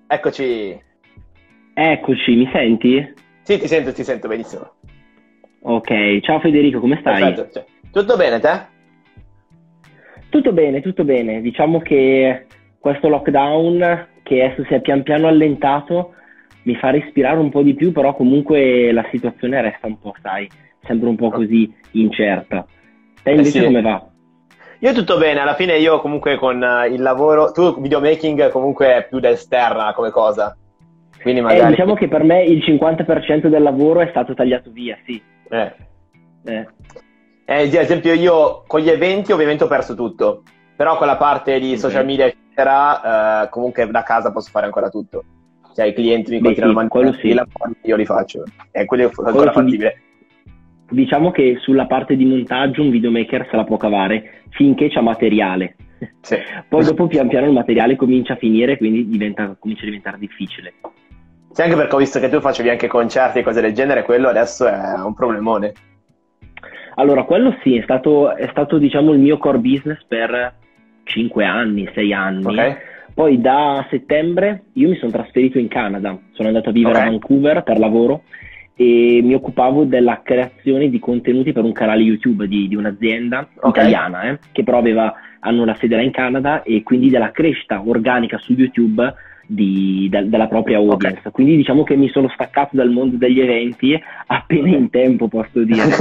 Eccoci. Eccoci, mi senti? Sì, ti sento benissimo. Ok, ciao Federico, come stai? Perfetto. Tutto bene, te? Tutto bene, tutto bene. Diciamo che questo lockdown, che adesso si è pian piano allentato, mi fa respirare un po' di più, però comunque la situazione resta un po', sai, sempre un po' così incerta. Te Eh invece sì. come va? Io tutto bene, alla fine io comunque con il lavoro, tu videomaking comunque è più da esterna come cosa, quindi magari... Diciamo che per me il 50% del lavoro è stato tagliato via, sì. Eh. Eh, Ad esempio io con gli eventi ovviamente ho perso tutto, però con la parte di ok. social media eccetera, comunque da casa posso fare ancora tutto. Cioè i clienti mi Beh continuano a sì, quello mandare i sì. lavori, io li faccio. E quello è Quello ancora sì, fattibile. diciamo che sulla parte di montaggio un videomaker se la può cavare finché c'ha materiale. Sì. Poi dopo pian piano il materiale comincia a finire, quindi comincia a diventare difficile. Sì, anche perché ho visto che tu facevi anche concerti e cose del genere, quello adesso è un problemone. Allora, quello sì, è stato diciamo il mio core business per 5 anni, 6 Ok? anni. Poi da settembre io mi sono trasferito in Canada, sono andato a Ok? vivere a Vancouver per lavoro e mi occupavo della creazione di contenuti per un canale YouTube di un'azienda Ok? italiana, che però hanno la sede là in Canada e quindi della crescita organica su YouTube della propria Ok. audience. Quindi diciamo che mi sono staccato dal mondo degli eventi appena in tempo, posso dire.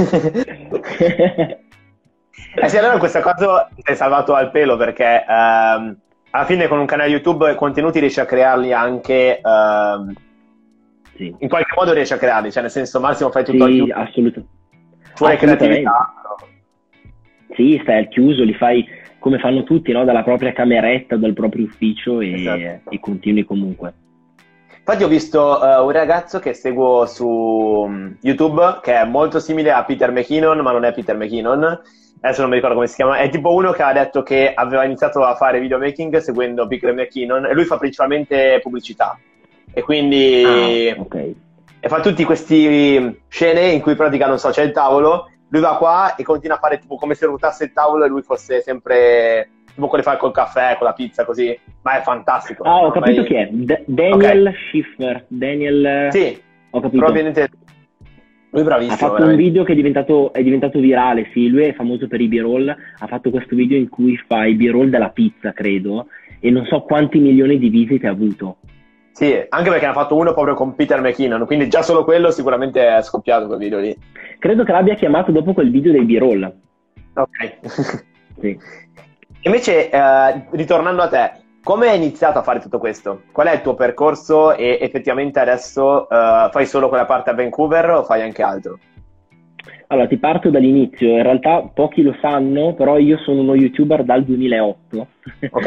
Eh sì, allora questa cosa ti sei salvato al pelo perché alla fine con un canale YouTube i contenuti riesci a crearli anche Sì, in qualche modo riesci a crearli, cioè nel senso massimo fai tutto al sì, chiuso, ci vuole creatività. assolutamente. Sì, stai al chiuso, li fai come fanno tutti, no? Dalla propria cameretta, dal proprio ufficio e Esatto. continui comunque. Infatti ho visto un ragazzo che seguo su YouTube che è molto simile a Peter McKinnon, ma non è Peter McKinnon. Adesso non mi ricordo come si chiama. È tipo uno che ha detto che aveva iniziato a fare videomaking seguendo Peter McKinnon e lui fa principalmente pubblicità. E Ah, quindi ok. e fa tutti questi scene in cui in pratica, non so, c'è il tavolo, lui va qua e continua a fare tipo come se ruotasse il tavolo e lui fosse sempre tipo quello che fa col caffè, con la pizza, così. Ma è fantastico. Ah, ho Non ho capito mai... chi è. Ok. Daniel Schiffer. Daniel, Sì, ho capito. probabilmente lui è Ha bravissimo, fatto un veramente. video che è diventato virale, sì, lui è famoso per i B-roll, ha fatto questo video in cui fa i B-roll della pizza, credo, e non so quanti milioni di visite ha avuto. Sì, anche perché ne ha fatto uno proprio con Peter McKinnon, quindi già solo quello sicuramente è scoppiato quel video lì. Credo che l'abbia chiamato dopo quel video dei B-roll. Ok. Sì. Invece, ritornando a te, come hai iniziato a fare tutto questo? Qual è il tuo percorso e effettivamente adesso fai solo quella parte a Vancouver o fai anche altro? Allora, ti parto dall'inizio, in realtà pochi lo sanno, però io sono uno YouTuber dal 2008, Ok?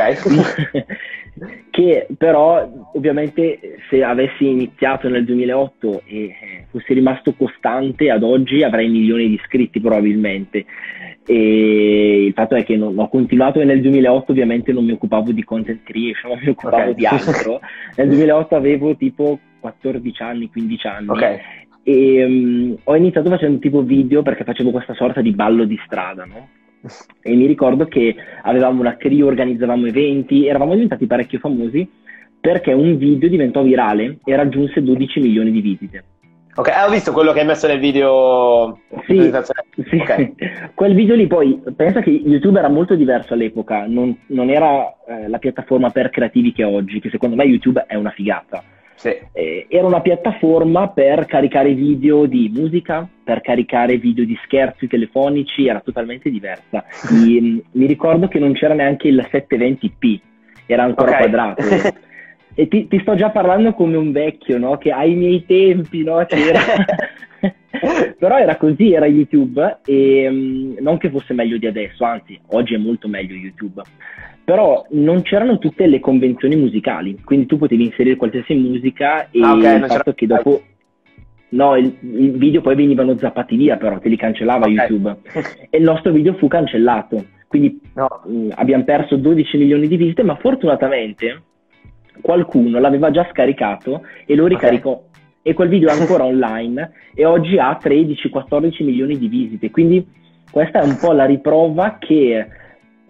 che però ovviamente se avessi iniziato nel 2008 e fossi rimasto costante ad oggi avrei milioni di iscritti probabilmente. E il fatto è che ho continuato e nel 2008 ovviamente non mi occupavo di content creation, ma mi occupavo Ok. di altro. Nel 2008 avevo tipo 14 anni, 15 anni Ok. e ho iniziato facendo tipo video perché facevo questa sorta di ballo di strada, no? E mi ricordo che avevamo una crew, organizzavamo eventi, eravamo diventati parecchio famosi perché un video diventò virale e raggiunse 12 milioni di visite. Ok, ho visto quello che hai messo nel video di Sì, presentazione. sì. Ok. Quel video lì poi, pensa che YouTube era molto diverso all'epoca, non era la piattaforma per creativi che è oggi, che secondo me YouTube è una figata. Sì. Era una piattaforma per caricare video di musica, per caricare video di scherzi telefonici, era totalmente diversa. Mi ricordo che non c'era neanche il 720p, era ancora Ok. quadrato. E ti sto già parlando come un vecchio, no? Che ai miei tempi, no? C'era... Però era così, era YouTube e non che fosse meglio di adesso, anzi, oggi è molto meglio YouTube. Però non c'erano tutte le convenzioni musicali, quindi tu potevi inserire qualsiasi musica e Ah, ok, il non c'era... fatto che dopo... No, il video poi venivano zappati via, però te li cancellava Ok. YouTube. E il nostro video fu cancellato, quindi No. abbiamo perso 12 milioni di visite, ma fortunatamente qualcuno l'aveva già scaricato e lo ricaricò. E quel video è ancora online e oggi ha 13-14 milioni di visite. Quindi questa è un po' la riprova che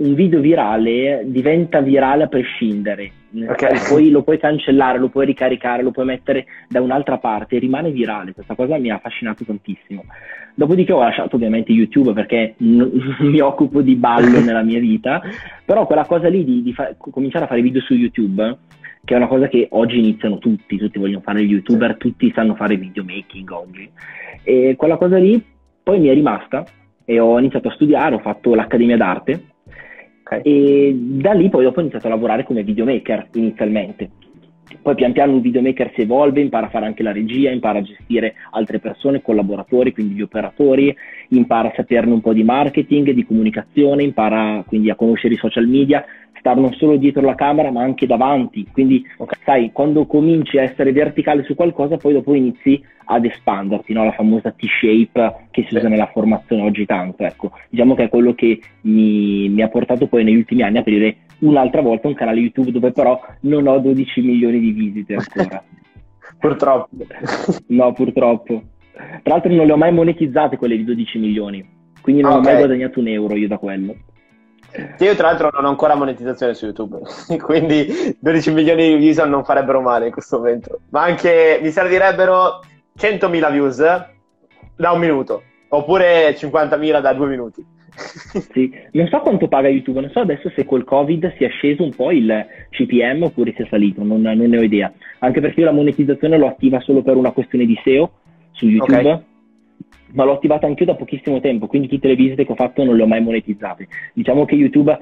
un video virale diventa virale a prescindere. Ok. Poi lo puoi cancellare, lo puoi ricaricare, lo puoi mettere da un'altra parte e rimane virale. Questa cosa mi ha affascinato tantissimo. Dopodiché ho lasciato ovviamente YouTube perché mi occupo di ballo nella mia vita, però quella cosa lì di cominciare a fare video su YouTube, che è una cosa che oggi iniziano tutti vogliono fare gli YouTuber, tutti sanno fare videomaking oggi, e quella cosa lì poi mi è rimasta e ho iniziato a studiare, ho fatto l'Accademia d'Arte. Ok. E da lì poi dopo ho iniziato a lavorare come videomaker inizialmente. Poi pian piano un videomaker si evolve, impara a fare anche la regia, impara a gestire altre persone, collaboratori, quindi gli operatori, impara a saperne un po' di marketing, di comunicazione, impara quindi a conoscere i social media, star non solo dietro la camera ma anche davanti. Quindi sai, quando cominci a essere verticale su qualcosa, poi dopo inizi ad espanderti, no? La famosa T-shape che si usa nella formazione oggi tanto, ecco. Diciamo che è quello che mi ha portato poi negli ultimi anni a aprire un'altra volta un canale YouTube dove però non ho 12 milioni di visite ancora. Purtroppo. No, purtroppo. Tra l'altro non le ho mai monetizzate quelle di 12 milioni, quindi non ho mai guadagnato un euro io da quello. Sì, io tra l'altro non ho ancora monetizzazione su YouTube, quindi 12 milioni di views non farebbero male in questo momento. Ma anche mi servirebbero 100.000 views da un minuto, oppure 50.000 da 2 minuti. Sì, non so quanto paga YouTube, non so adesso se col Covid sia sceso un po' il CPM oppure sia salito, non ne ho idea. Anche perché io la monetizzazione l'ho attiva solo per una questione di SEO su YouTube, ma l'ho attivata anche io da pochissimo tempo, quindi tutte le visite che ho fatto non le ho mai monetizzate. Diciamo che YouTube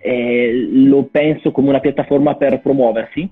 lo penso come una piattaforma per promuoversi,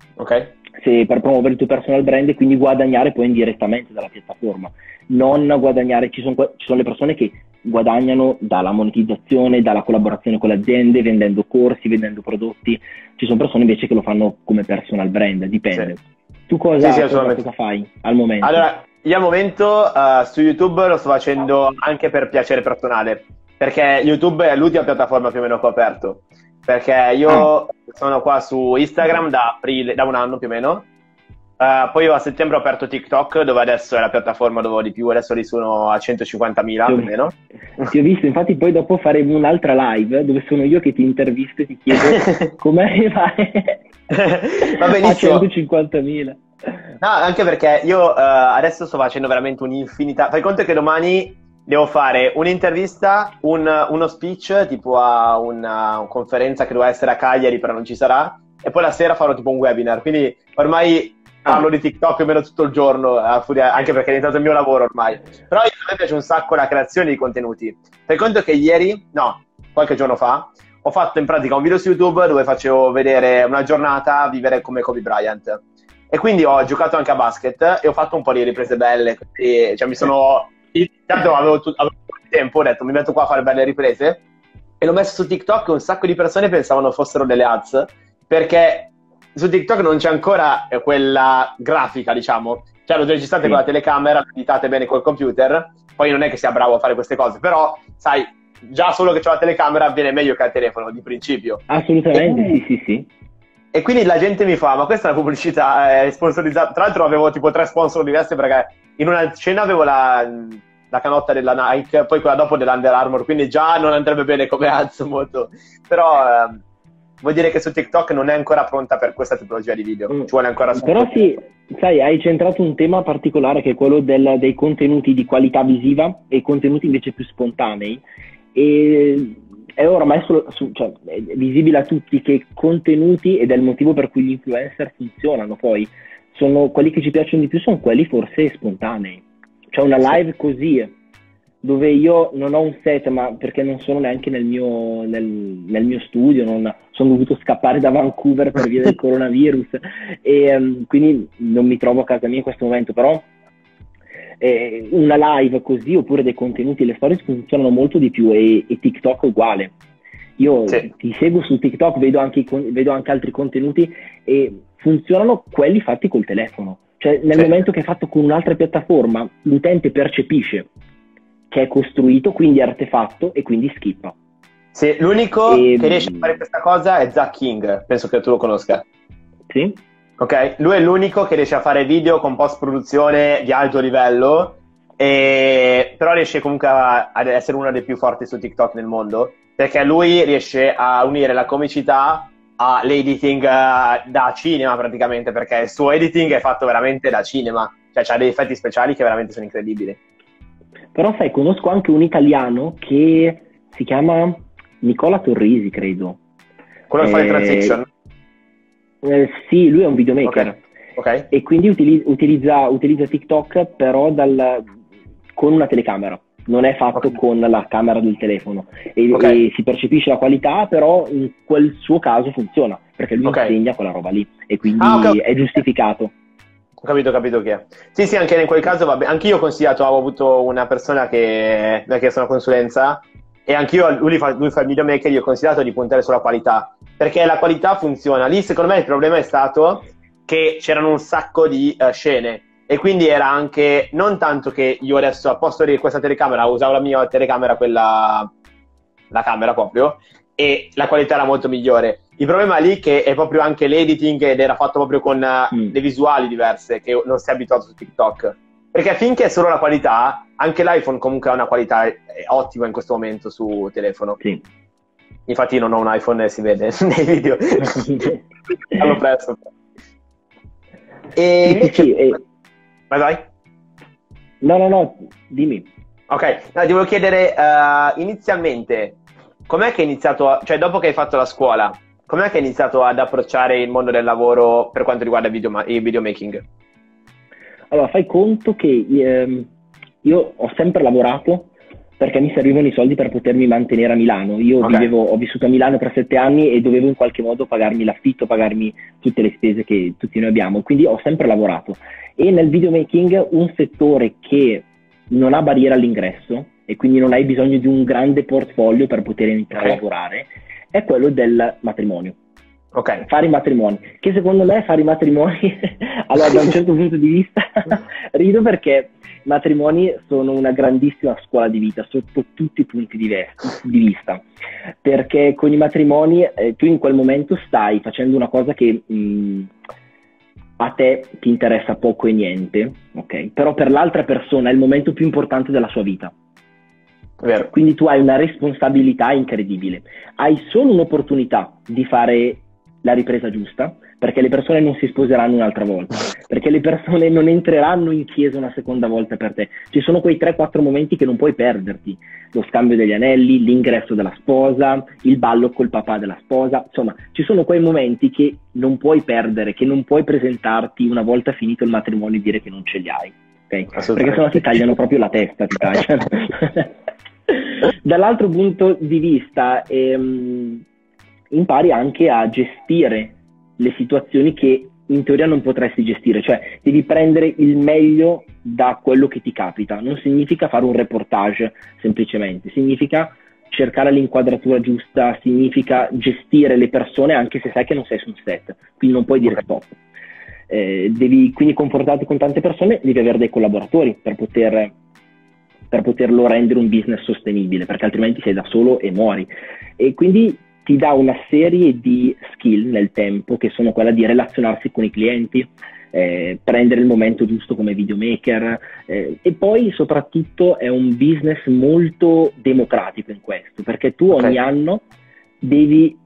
per promuovere il tuo personal brand e quindi guadagnare poi indirettamente dalla piattaforma. Non guadagnare, ci sono le persone che guadagnano dalla monetizzazione, dalla collaborazione con le aziende, vendendo corsi, vendendo prodotti. Ci sono persone invece che lo fanno come personal brand, dipende. Sì. Tu cosa fai al momento? Allora, io al momento su YouTube lo sto facendo anche per piacere personale, perché YouTube è l'ultima piattaforma più o meno che ho aperto, perché io sono qua su Instagram da un anno più o meno. Poi io a settembre ho aperto TikTok, dove adesso è la piattaforma dove ho di più, adesso lì sono a 150.000 più o meno. Ti ho visto, infatti poi dopo faremo un'altra live dove sono io che ti intervisto e ti chiedo come vai Va benissimo. A 150.000. No, anche perché io adesso sto facendo veramente un'infinità. Fai conto che domani devo fare un'intervista, uno speech tipo a una conferenza che doveva essere a Cagliari però non ci sarà, e poi la sera farò tipo un webinar, quindi ormai parlo di TikTok più o meno tutto il giorno, anche perché è diventato il mio lavoro ormai. Però a me piace un sacco la creazione di contenuti. Fai conto che qualche giorno fa, ho fatto in pratica un video su YouTube dove facevo vedere una giornata a vivere come Kobe Bryant. E quindi ho giocato anche a basket e ho fatto un po' di riprese belle. Cioè tanto avevo tempo, ho detto mi metto qua a fare belle riprese. E l'ho messo su TikTok e un sacco di persone pensavano fossero delle ads, perché su TikTok non c'è ancora quella grafica, diciamo. Cioè lo registrate con la telecamera, lo editate bene col computer, poi non è che sia bravo a fare queste cose, però sai, già solo che c'ho la telecamera viene meglio che al telefono, di principio. Assolutamente, sì. E quindi la gente mi fa, ma questa è una pubblicità sponsorizzata. Tra l'altro avevo tipo 3 sponsor diversi, perché in una scena avevo la canotta della Nike, poi quella dopo dell'Under Armour, quindi già non andrebbe bene come ads molto. Però vuol dire che su TikTok non è ancora pronta per questa tipologia di video, ci vuole ancora Però sì, sai, hai centrato un tema particolare che è quello dei contenuti di qualità visiva e i contenuti invece più spontanei, e è oramai è visibile a tutti che contenuti, ed è il motivo per cui gli influencer funzionano poi, sono quelli che ci piacciono di più, sono quelli forse spontanei. C'è una live così, dove io non ho un set, ma perché non sono neanche nel mio studio, sono dovuto scappare da Vancouver per via del coronavirus, e quindi non mi trovo a casa mia in questo momento, però una live così, oppure dei contenuti, le storie funzionano molto di più, e TikTok è uguale. Io ti seguo su TikTok, vedo anche altri contenuti e funzionano quelli fatti col telefono. Cioè nel momento che è fatto con un'altra piattaforma, l'utente percepisce che è costruito, quindi è artefatto, e quindi skippa. Sì, l'unico che riesce a fare questa cosa è Zach King, penso che tu lo conosca. Sì. Ok, lui è l'unico che riesce a fare video con post-produzione di alto livello, però riesce comunque ad essere uno dei più forti su TikTok nel mondo, perché lui riesce a unire la comicità all'editing da cinema praticamente, perché il suo editing è fatto veramente da cinema, cioè c'ha degli effetti speciali che veramente sono incredibili. Però sai, conosco anche un italiano che si chiama Nicola Torrisi, credo. Quello che fa le transition? Sì, lui è un videomaker. Ok. E quindi utilizza TikTok però con una telecamera. Non è fatto con la camera del telefono. E si percepisce la qualità, però in quel suo caso funziona, perché lui insegna quella roba lì. E quindi è giustificato. Ho capito chi è. Sì, anche in quel caso, vabbè, anch'io ho consigliato, avevo avuto una persona che mi ha chiesto una consulenza, e anch'io, lui fa il videomaker, gli ho consigliato di puntare sulla qualità, perché la qualità funziona. Lì secondo me il problema è stato che c'erano un sacco di scene, e quindi era anche, non tanto che io adesso a posto di questa telecamera usavo la mia telecamera, la camera proprio, e la qualità era molto migliore. Il problema lì che è proprio anche l'editing, ed era fatto proprio con le visuali diverse, che non si è abituato su TikTok. Perché finché è solo la qualità, anche l'iPhone comunque ha una qualità ottima in questo momento su telefono. Sì. Infatti io non ho un iPhone e si vede nei video. L'hanno preso. E invece... Vai. No, dimmi. Ok, no, ti volevo chiedere inizialmente, com'è che hai iniziato, cioè dopo che hai fatto la scuola, com'è che hai iniziato ad approcciare il mondo del lavoro per quanto riguarda il videomaking? Allora, fai conto che io ho sempre lavorato perché mi servivano i soldi per potermi mantenere a Milano. Io ho vissuto a Milano per 7 anni e dovevo in qualche modo pagarmi l'affitto, pagarmi tutte le spese che tutti noi abbiamo, quindi ho sempre lavorato. E nel videomaking, un settore che non ha barriera all'ingresso e quindi non hai bisogno di un grande portfolio per poter iniziare a lavorare, è quello del matrimonio. Fare i matrimoni, che secondo me fare i matrimoni allora da un certo punto di vista rido, perché i matrimoni sono una grandissima scuola di vita sotto tutti i punti di vista, perché con i matrimoni tu in quel momento stai facendo una cosa che a te ti interessa poco e niente, però per l'altra persona è il momento più importante della sua vita. Vero. Quindi tu hai una responsabilità incredibile, hai solo un'opportunità di fare la ripresa giusta, perché le persone non si sposeranno un'altra volta, perché le persone non entreranno in chiesa una seconda volta per te. Ci sono quei 3-4 momenti che non puoi perderti: lo scambio degli anelli, l'ingresso della sposa, il ballo col papà della sposa. Insomma, ci sono quei momenti che non puoi perdere, che non puoi presentarti una volta finito il matrimonio e dire che non ce li hai, perché sennò ti tagliano proprio la testa, ti tagliano. Dall'altro punto di vista impari anche a gestire le situazioni che in teoria non potresti gestire, cioè devi prendere il meglio da quello che ti capita. Non significa fare un reportage semplicemente, significa cercare l'inquadratura giusta, significa gestire le persone anche se sai che non sei su un set, quindi non puoi dire stop. Devi quindi confrontarti con tante persone, devi avere dei collaboratori per poterlo rendere un business sostenibile, perché altrimenti sei da solo e muori. E quindi ti dà una serie di skill nel tempo, che sono quella di relazionarsi con i clienti, prendere il momento giusto come videomaker, e poi soprattutto è un business molto democratico in questo, perché tu ogni anno devi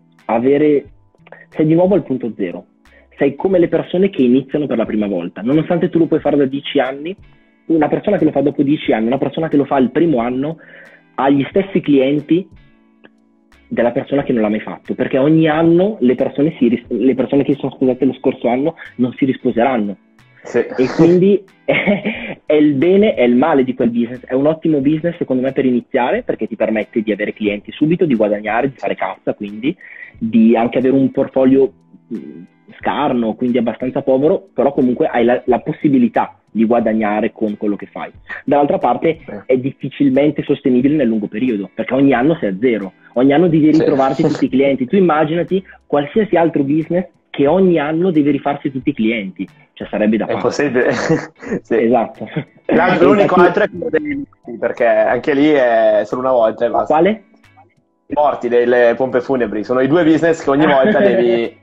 sei di nuovo al punto zero, sei come le persone che iniziano per la prima volta, nonostante tu lo puoi fare da 10 anni, una persona che lo fa dopo 10 anni, una persona che lo fa il primo anno, ha gli stessi clienti della persona che non l'ha mai fatto, perché ogni anno le persone che sono sposate lo scorso anno non si risposeranno. Sì. E quindi è il bene e il male di quel business. È un ottimo business secondo me per iniziare, perché ti permette di avere clienti subito, di guadagnare, di fare cassa, quindi di anche avere un portfolio scarno, quindi abbastanza povero, però comunque hai la possibilità di guadagnare con quello che fai. Dall'altra parte è difficilmente sostenibile nel lungo periodo, perché ogni anno sei a zero, ogni anno devi ritrovarti tutti i clienti. Tu immaginati qualsiasi altro business che ogni anno deve rifarsi tutti i clienti, cioè sarebbe da fare. È possibile. Sì. Esatto. L'unico altro è perché anche lì è solo una volta e basta. Quale? I morti delle pompe funebri sono i due business che ogni volta devi...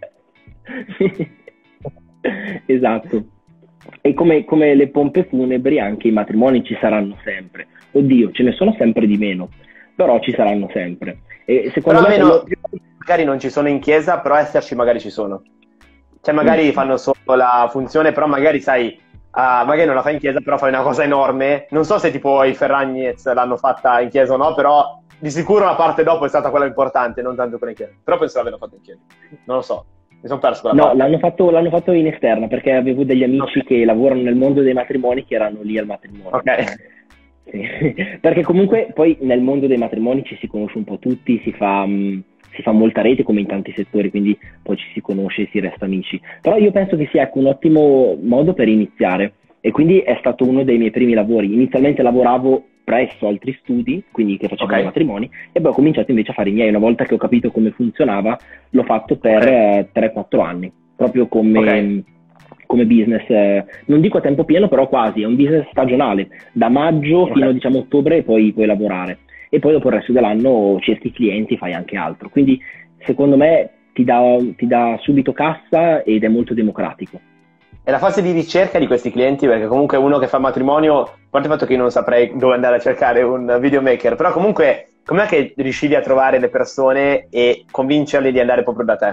Esatto. E come le pompe funebri, anche i matrimoni ci saranno sempre. Oddio, ce ne sono sempre di meno, però ci saranno sempre. E Però secondo me almeno magari non ci sono in chiesa, però esserci magari ci sono. Cioè magari fanno solo la funzione, però magari sai, magari non la fai in chiesa, però fai una cosa enorme. Non so se tipo i Ferragnez l'hanno fatta in chiesa o no, però di sicuro la parte dopo è stata quella importante, non tanto quella in chiesa. Però penso l'abbiano fatta in chiesa. Non lo so, mi sono perso quella no, parte. l'hanno fatto in esterna perché avevo degli amici che lavorano nel mondo dei matrimoni che erano lì al matrimonio. Ok. Sì. Perché comunque poi nel mondo dei matrimoni ci si conosce un po' tutti, si fa molta rete come in tanti settori, quindi poi ci si conosce e si resta amici. Però io penso che sia ecco, un ottimo modo per iniziare e quindi è stato uno dei miei primi lavori. Inizialmente lavoravo presso altri studi, quindi che facevano matrimoni, e poi ho cominciato invece a fare i miei. Una volta che ho capito come funzionava, l'ho fatto per 3-4 anni, proprio come business, non dico a tempo pieno, però quasi, è un business stagionale, da maggio fino diciamo ottobre e poi puoi lavorare. E poi dopo il resto dell'anno cerchi clienti, fai anche altro. Quindi secondo me ti dà subito cassa ed è molto democratico. E la fase di ricerca di questi clienti, perché comunque uno che fa matrimonio, a parte il fatto che io non saprei dove andare a cercare un videomaker, però comunque com'è che riuscivi a trovare le persone e convincerle di andare proprio da te?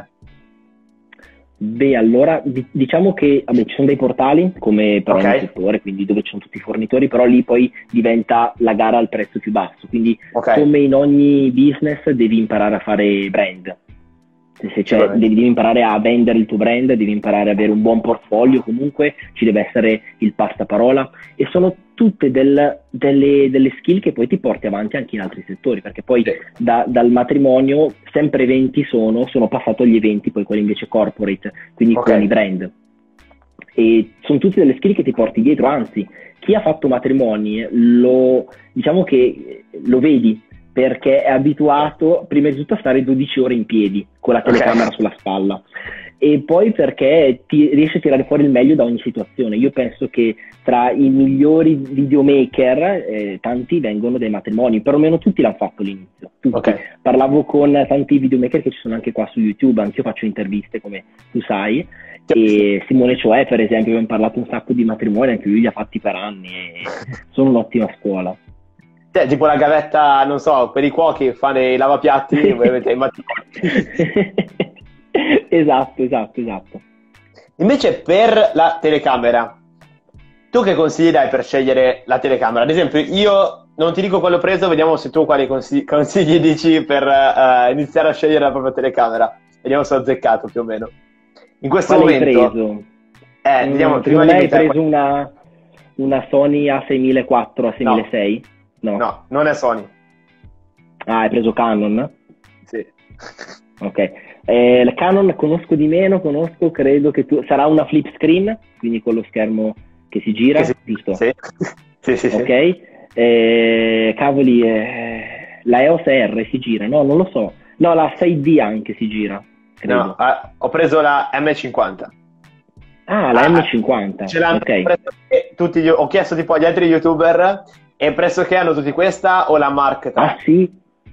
Beh, allora diciamo che ci sono dei portali come per ogni settore, quindi dove ci sono tutti i fornitori, però lì poi diventa la gara al prezzo più basso, quindi come in ogni business devi imparare a fare brand. Devi imparare a vendere il tuo brand, devi imparare ad avere un buon portfolio, comunque ci deve essere il passaparola e sono tutte delle skill che poi ti porti avanti anche in altri settori, perché poi dal matrimonio sempre eventi sono passato agli eventi, poi quelli invece corporate, quindi con i brand. E sono tutte delle skill che ti porti dietro, anzi chi ha fatto matrimoni diciamo che lo vedi, perché è abituato prima di tutto a stare 12 ore in piedi con la telecamera sulla spalla e poi perché riesce a tirare fuori il meglio da ogni situazione. Io penso che tra i migliori videomaker tanti vengono dai matrimoni, perlomeno tutti l'hanno fatto all'inizio, tutti. Parlavo con tanti videomaker che ci sono anche qua su YouTube, anche io faccio interviste come tu sai, e Simone Cioè per esempio, abbiamo parlato un sacco di matrimoni, anche lui li ha fatti per anni e sono un'ottima scuola. Tipo la gavetta, non so, per i cuochi fanno i lavapiatti, voi avete i matrimoni. Esatto. Invece per la telecamera, tu che consigli dai per scegliere la telecamera? Ad esempio, io non ti dico quello preso, vediamo se tu quali consigli dici per iniziare a scegliere la propria telecamera. Vediamo se ho azzeccato più o meno. In questo momento... Hai preso? Vediamo, prima hai preso una Sony A6004, A6006? No, non è Sony. Hai preso Canon? Sì. Ok. La Canon conosco di meno, credo che sarà una flip screen, quindi con lo schermo che si gira, giusto? Sì. Ok. Cavoli, la EOS R si gira? No, non lo so. No, la 6D anche si gira, credo. No, ho preso la M50. Ah, la M50. Ce l'hanno tutti ho chiesto tipo agli altri YouTuber e pressoché hanno tutti questa o la Mark III. Ah, sì?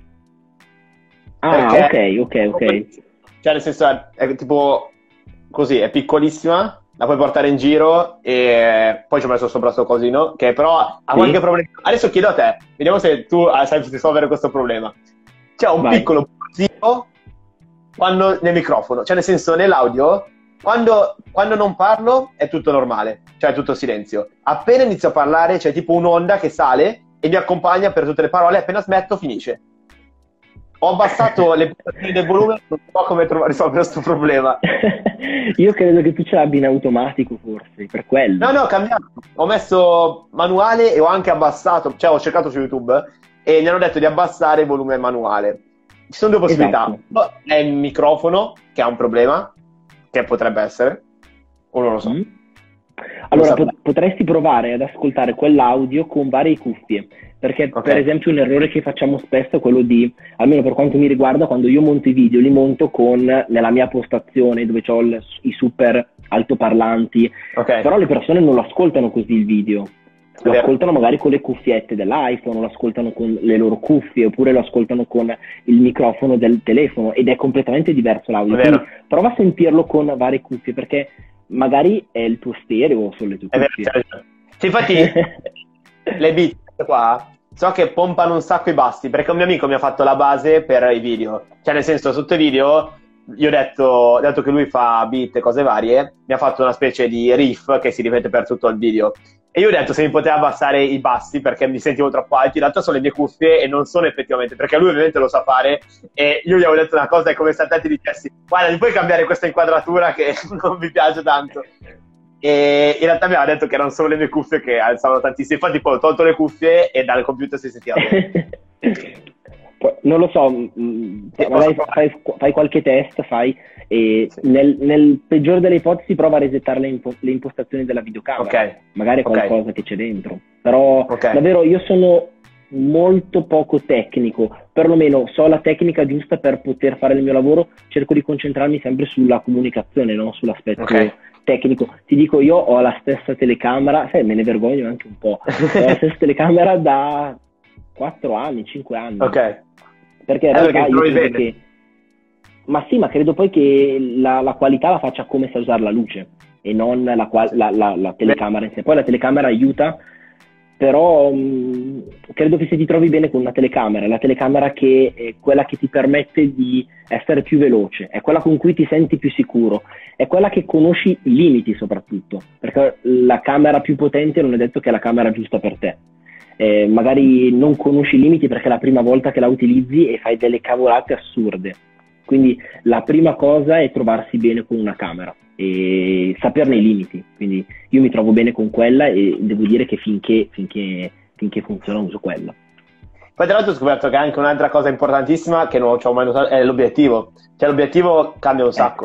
Ah, ok. Cioè, nel senso, è tipo così, è piccolissima, la puoi portare in giro e poi ci ho messo sopra sto cosino, che però ha qualche problema. Adesso chiedo a te, vediamo se tu sai risolvere questo problema. C'è un piccolo buzzino nel microfono, cioè nel senso, nell'audio, quando non parlo è tutto normale, cioè è tutto silenzio. Appena inizio a parlare c'è tipo un'onda che sale e mi accompagna per tutte le parole, appena smetto finisce. Ho abbassato le pulsazioni del volume, non so come risolvere questo problema. Io credo che tu ce l'abbia in automatico forse, per quello. No, ho cambiato. Ho messo manuale e ho anche abbassato, cioè ho cercato su YouTube e mi hanno detto di abbassare il volume manuale. Ci sono due possibilità. Esatto. È il microfono che ha un problema, che potrebbe essere, o non lo so. Allora, potresti provare ad ascoltare quell'audio con varie cuffie, perché per esempio un errore che facciamo spesso è quello di, almeno per quanto mi riguarda, quando io monto i video, li monto nella mia postazione dove ho i super altoparlanti, però le persone non lo ascoltano così il video, lo ascoltano magari con le cuffiette dell'iPhone, lo ascoltano con le loro cuffie, oppure lo ascoltano con il microfono del telefono ed è completamente diverso l'audio. Quindi prova a sentirlo con varie cuffie, perché magari è il tuo stereo o sono le tue cuffie. Sì, infatti le Beats qua so che pompano un sacco i bassi, perché un mio amico mi ha fatto la base per i video. Cioè, nel senso, sotto i video, io ho detto, dato che lui fa beat e cose varie, mi ha fatto una specie di riff che si ripete per tutto il video. E io ho detto se mi poteva abbassare i bassi perché mi sentivo troppo alti. In realtà sono le mie cuffie e non sono effettivamente, perché lui ovviamente lo sa fare. E io gli avevo detto una cosa, è come se a te ti dicessi: guarda, mi puoi cambiare questa inquadratura che non mi piace tanto. E in realtà mi aveva detto che erano solo le mie cuffie che alzavano tantissimo. Infatti poi ho tolto le cuffie e dal computer si sentiva bene. Non lo so, magari fai qualche test, e Sì. nel peggiore delle ipotesi prova a resettare le impostazioni della videocamera. Ok. Magari è qualcosa che c'è dentro. Però Ok. davvero io sono molto poco tecnico, perlomeno so la tecnica giusta per poter fare il mio lavoro, cerco di concentrarmi sempre sulla comunicazione, non sull'aspetto tecnico. Ti dico, io ho la stessa telecamera, me ne vergogno anche un po', ho la stessa telecamera da 4 anni, 5 anni. Ok. Perché in realtà io credo bene. che... Ma sì, ma credo poi che la qualità la faccia come sa usare la luce e non la telecamera in sé. Poi la telecamera aiuta, però credo che se ti trovi bene con una telecamera, la telecamera che è quella che ti permette di essere più veloce, è quella con cui ti senti più sicuro, è quella che conosci i limiti soprattutto, perché la camera più potente non è detto che è la camera giusta per te. Magari non conosci i limiti perché è la prima volta che la utilizzi e fai delle cavolate assurde. Quindi la prima cosa è trovarsi bene con una camera e saperne i limiti. Quindi io mi trovo bene con quella e devo dire che finché funziona uso quella. Poi tra l'altro ho scoperto che anche un'altra cosa importantissima che non ci ho mai notato è l'obiettivo. Cioè l'obiettivo cambia un sacco.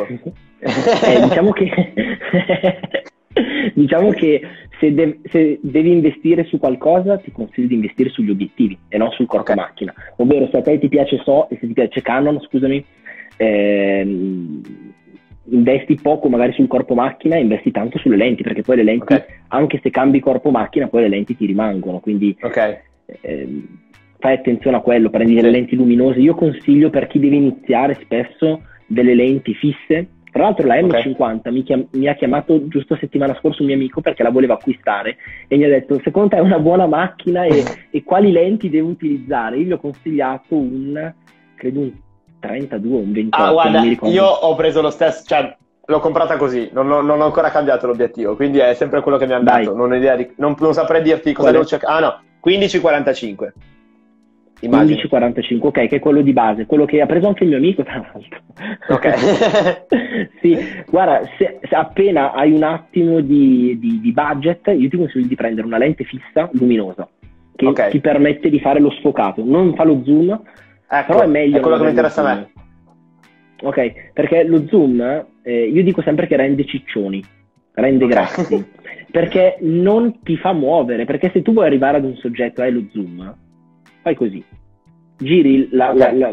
Diciamo che se devi investire su qualcosa ti consiglio di investire sugli obiettivi e non sul corpo macchina. Ovvero se a te ti piace e se ti piace Canon, scusami, investi poco magari sul corpo macchina e investi tanto sulle lenti, perché poi le lenti, anche se cambi corpo macchina, poi le lenti ti rimangono, quindi fai attenzione a quello, prendi delle lenti luminose. Io consiglio, per chi deve iniziare, spesso delle lenti fisse. Tra l'altro la M50 mi ha chiamato giusto settimana scorsa un mio amico perché la voleva acquistare e mi ha detto: secondo te è una buona macchina e quali lenti devo utilizzare? Io gli ho consigliato credo un 32 o un 28. Guarda, non mi ricordo. io ho preso lo stesso, cioè l'ho comprata così, non ho ancora cambiato l'obiettivo, quindi è sempre quello che mi hanno dato. Non saprei dirti cosa devo cercare. No, 15-45. 15-45, ok, che è quello di base, quello che ha preso anche il mio amico, tra l'altro. Ok. Sì, guarda, se appena hai un attimo di budget, io ti consiglio di prendere una lente fissa luminosa che ti permette di fare lo sfocato, non fa lo zoom, però è meglio. È quello che mi interessa a me. Ok, perché lo zoom, io dico sempre che rende ciccioni, rende grassi, perché non ti fa muovere, perché se tu vuoi arrivare ad un soggetto e hai lo zoom, fai così, giri la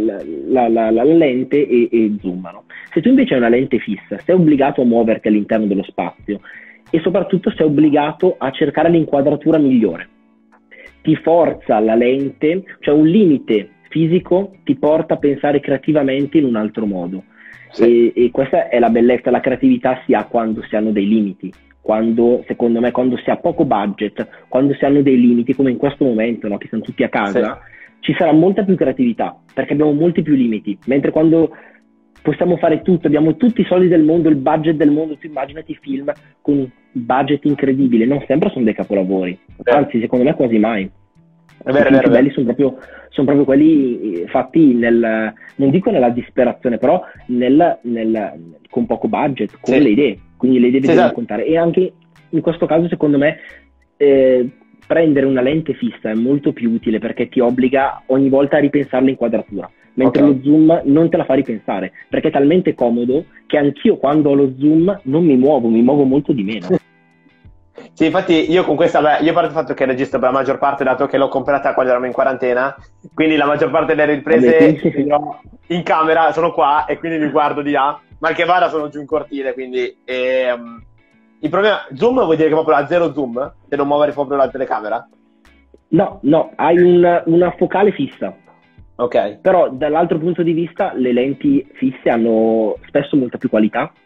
lente e zoomano. Se tu invece hai una lente fissa, sei obbligato a muoverti all'interno dello spazio e soprattutto sei obbligato a cercare l'inquadratura migliore. Ti forza la lente, cioè un limite fisico ti porta a pensare creativamente in un altro modo. E questa è la bellezza, la creatività si ha quando si hanno dei limiti. Secondo me, quando si ha poco budget, quando si hanno dei limiti, come in questo momento, no, che siamo tutti a casa, ci sarà molta più creatività, perché abbiamo molti più limiti, mentre quando possiamo fare tutto, abbiamo tutti i soldi del mondo, il budget del mondo, tu immaginati film con un budget incredibile, non sempre sono dei capolavori, anzi secondo me quasi mai. I film più belli sono proprio quelli fatti non dico nella disperazione, però con poco budget, con le idee, quindi le idee devono contare. E anche in questo caso secondo me prendere una lente fissa è molto più utile, perché ti obbliga ogni volta a ripensare l'inquadratura, mentre lo zoom non te la fa ripensare, perché è talmente comodo che anch'io quando ho lo zoom non mi muovo molto di meno. Sì, infatti io con questa, io parto dal fatto che registro per la maggior parte, dato che l'ho comprata quando eravamo in quarantena, quindi la maggior parte delle riprese in camera sono qua e quindi mi guardo di là, mal che vada sono giù in cortile, quindi il problema, zoom vuol dire che proprio a zero zoom, se non muovere proprio la telecamera? No, hai una focale fissa. Ok. Però dall'altro punto di vista le lenti fisse hanno spesso molta più qualità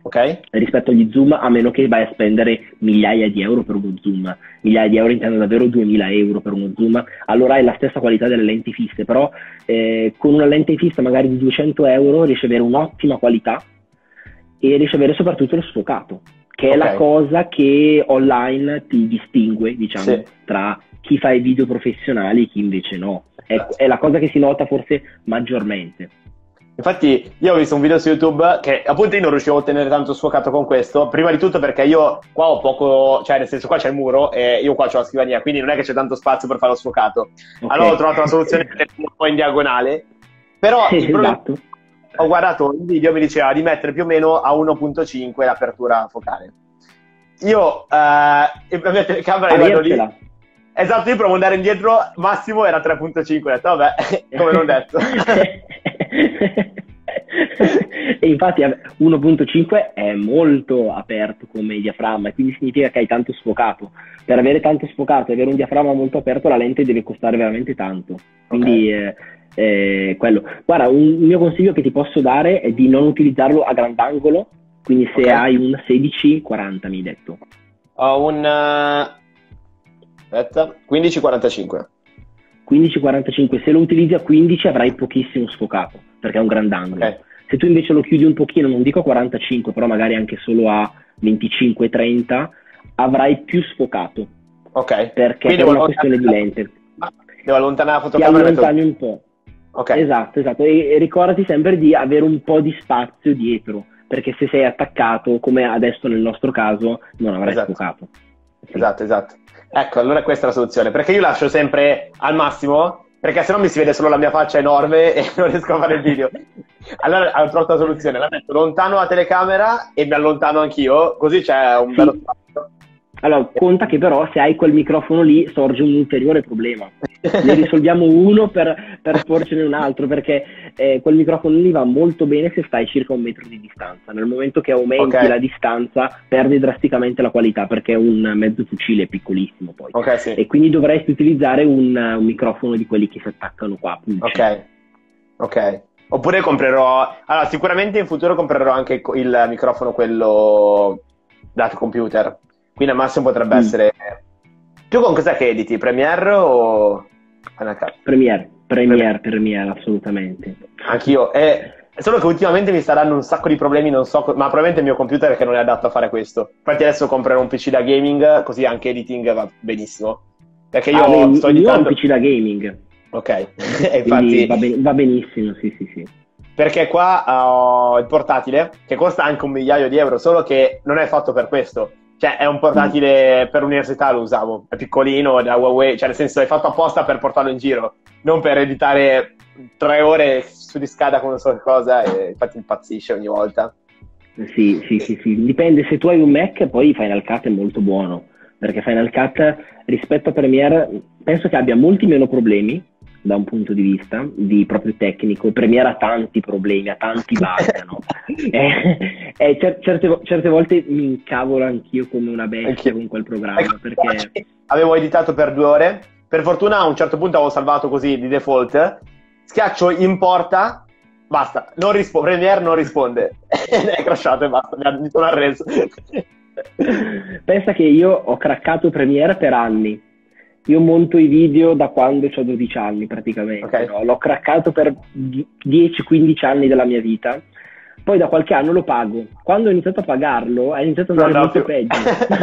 Ok? rispetto agli zoom, a meno che vai a spendere migliaia di euro per uno zoom. Migliaia di euro intendo davvero 2000 euro per uno zoom, allora hai la stessa qualità delle lenti fisse, però con una lente fissa magari di 200 euro riesci ad avere un'ottima qualità e riesci ad avere soprattutto lo sfocato, che è la Ok. cosa che online ti distingue, diciamo, Sì. tra chi fa i video professionali e chi invece no. È la cosa che si nota forse maggiormente. Infatti io ho visto un video su YouTube che appunto io non riuscivo a ottenere tanto sfocato con questo, prima di tutto perché io qua ho poco, cioè nel senso qua c'è il muro e io qua c'ho la scrivania, quindi non è che c'è tanto spazio per fare lo sfocato. Ok. Allora ho trovato una soluzione un po' in diagonale, però il problema Esatto. ho guardato il video, mi diceva di mettere più o meno a 1.5 l'apertura focale. Io la mia telecamera io vado lì. Avercela. Esatto, io provo ad andare indietro, massimo era 3.5, ho detto vabbè, come non detto. E infatti 1.5 è molto aperto come diaframma, e quindi significa che hai tanto sfocato. Per avere tanto sfocato e avere un diaframma molto aperto, la lente deve costare veramente tanto. Quindi quello. Guarda, un mio consiglio che ti posso dare è di non utilizzarlo a grandangolo, quindi se Ok. hai un 16-40, mi hai detto. Ho un aspetta, 15-45. 15-45, se lo utilizzi a 15 avrai pochissimo sfocato, perché è un grandangolo. Ok. Se tu invece lo chiudi un pochino, non dico a 45, però magari anche solo a 25-30, avrai più sfocato, Ok. perché Quindi è una questione di lente. Devo allontanare la Ti fotocamera e allontani un po'. Ok. Esatto. E ricordati sempre di avere un po' di spazio dietro, perché se sei attaccato, come adesso nel nostro caso, non avrai Esatto. sfocato. Sì. Esatto. Ecco, allora questa è la soluzione, perché io lascio sempre al massimo, perché sennò mi si vede solo la mia faccia enorme e non riesco a fare il video. Allora ho trovato la soluzione, la metto lontano la telecamera e mi allontano anch'io, così c'è un Sì. bello spazio. Allora, conta che però se hai quel microfono lì sorge un ulteriore problema. Ne risolviamo uno per porcene un altro, perché quel microfono lì va molto bene se stai circa 1 metro di distanza. Nel momento che aumenti Ok. la distanza, perdi drasticamente la qualità, perché è un mezzo fucile piccolissimo poi. Ok, sì. E quindi dovresti utilizzare un microfono di quelli che si attaccano qua. Ok. Oppure comprerò... Allora, sicuramente in futuro comprerò anche il microfono, quello da computer. Quindi al massimo potrebbe essere... Tu con cos'è che editi? Premiere o Final Cut? Premiere, assolutamente. Anch'io. Solo che ultimamente mi sta dando un sacco di problemi, non so... Ma probabilmente il mio computer è che non è adatto a fare questo. Infatti adesso comprerò un PC da gaming, così anche editing va benissimo. Perché io sto io ho un editando... PC da gaming. Ok. E Quindi infatti... va benissimo, sì. Perché qua ho il portatile che costa anche 1 migliaio di euro, solo che non è fatto per questo. Cioè, è un portatile per l'università, lo usavo. È piccolino, da Huawei, cioè nel senso è fatto apposta per portarlo in giro, non per editare 3 ore su di scheda con non so che cosa, e infatti impazzisce ogni volta. Sì. Dipende, se tu hai un Mac, poi Final Cut è molto buono, perché Final Cut rispetto a Premiere penso che abbia molti meno problemi da un punto di vista di proprio tecnico. Premiere ha tanti problemi, ha tanti bug, no? Certe volte mi incavolo anch'io come una bestia con quel programma, perché avevo editato per 2 ore, per fortuna a un certo punto avevo salvato così di default, schiaccio importa, basta, Premiere non risponde, è crashato e basta, mi sono arreso. Pensa che io ho craccato Premiere per anni. Io monto i video da quando ho 12 anni praticamente, Ok. no? L'ho craccato per 10-15 anni della mia vita, poi da qualche anno lo pago. Quando ho iniziato a pagarlo, è iniziato ad andare molto peggio.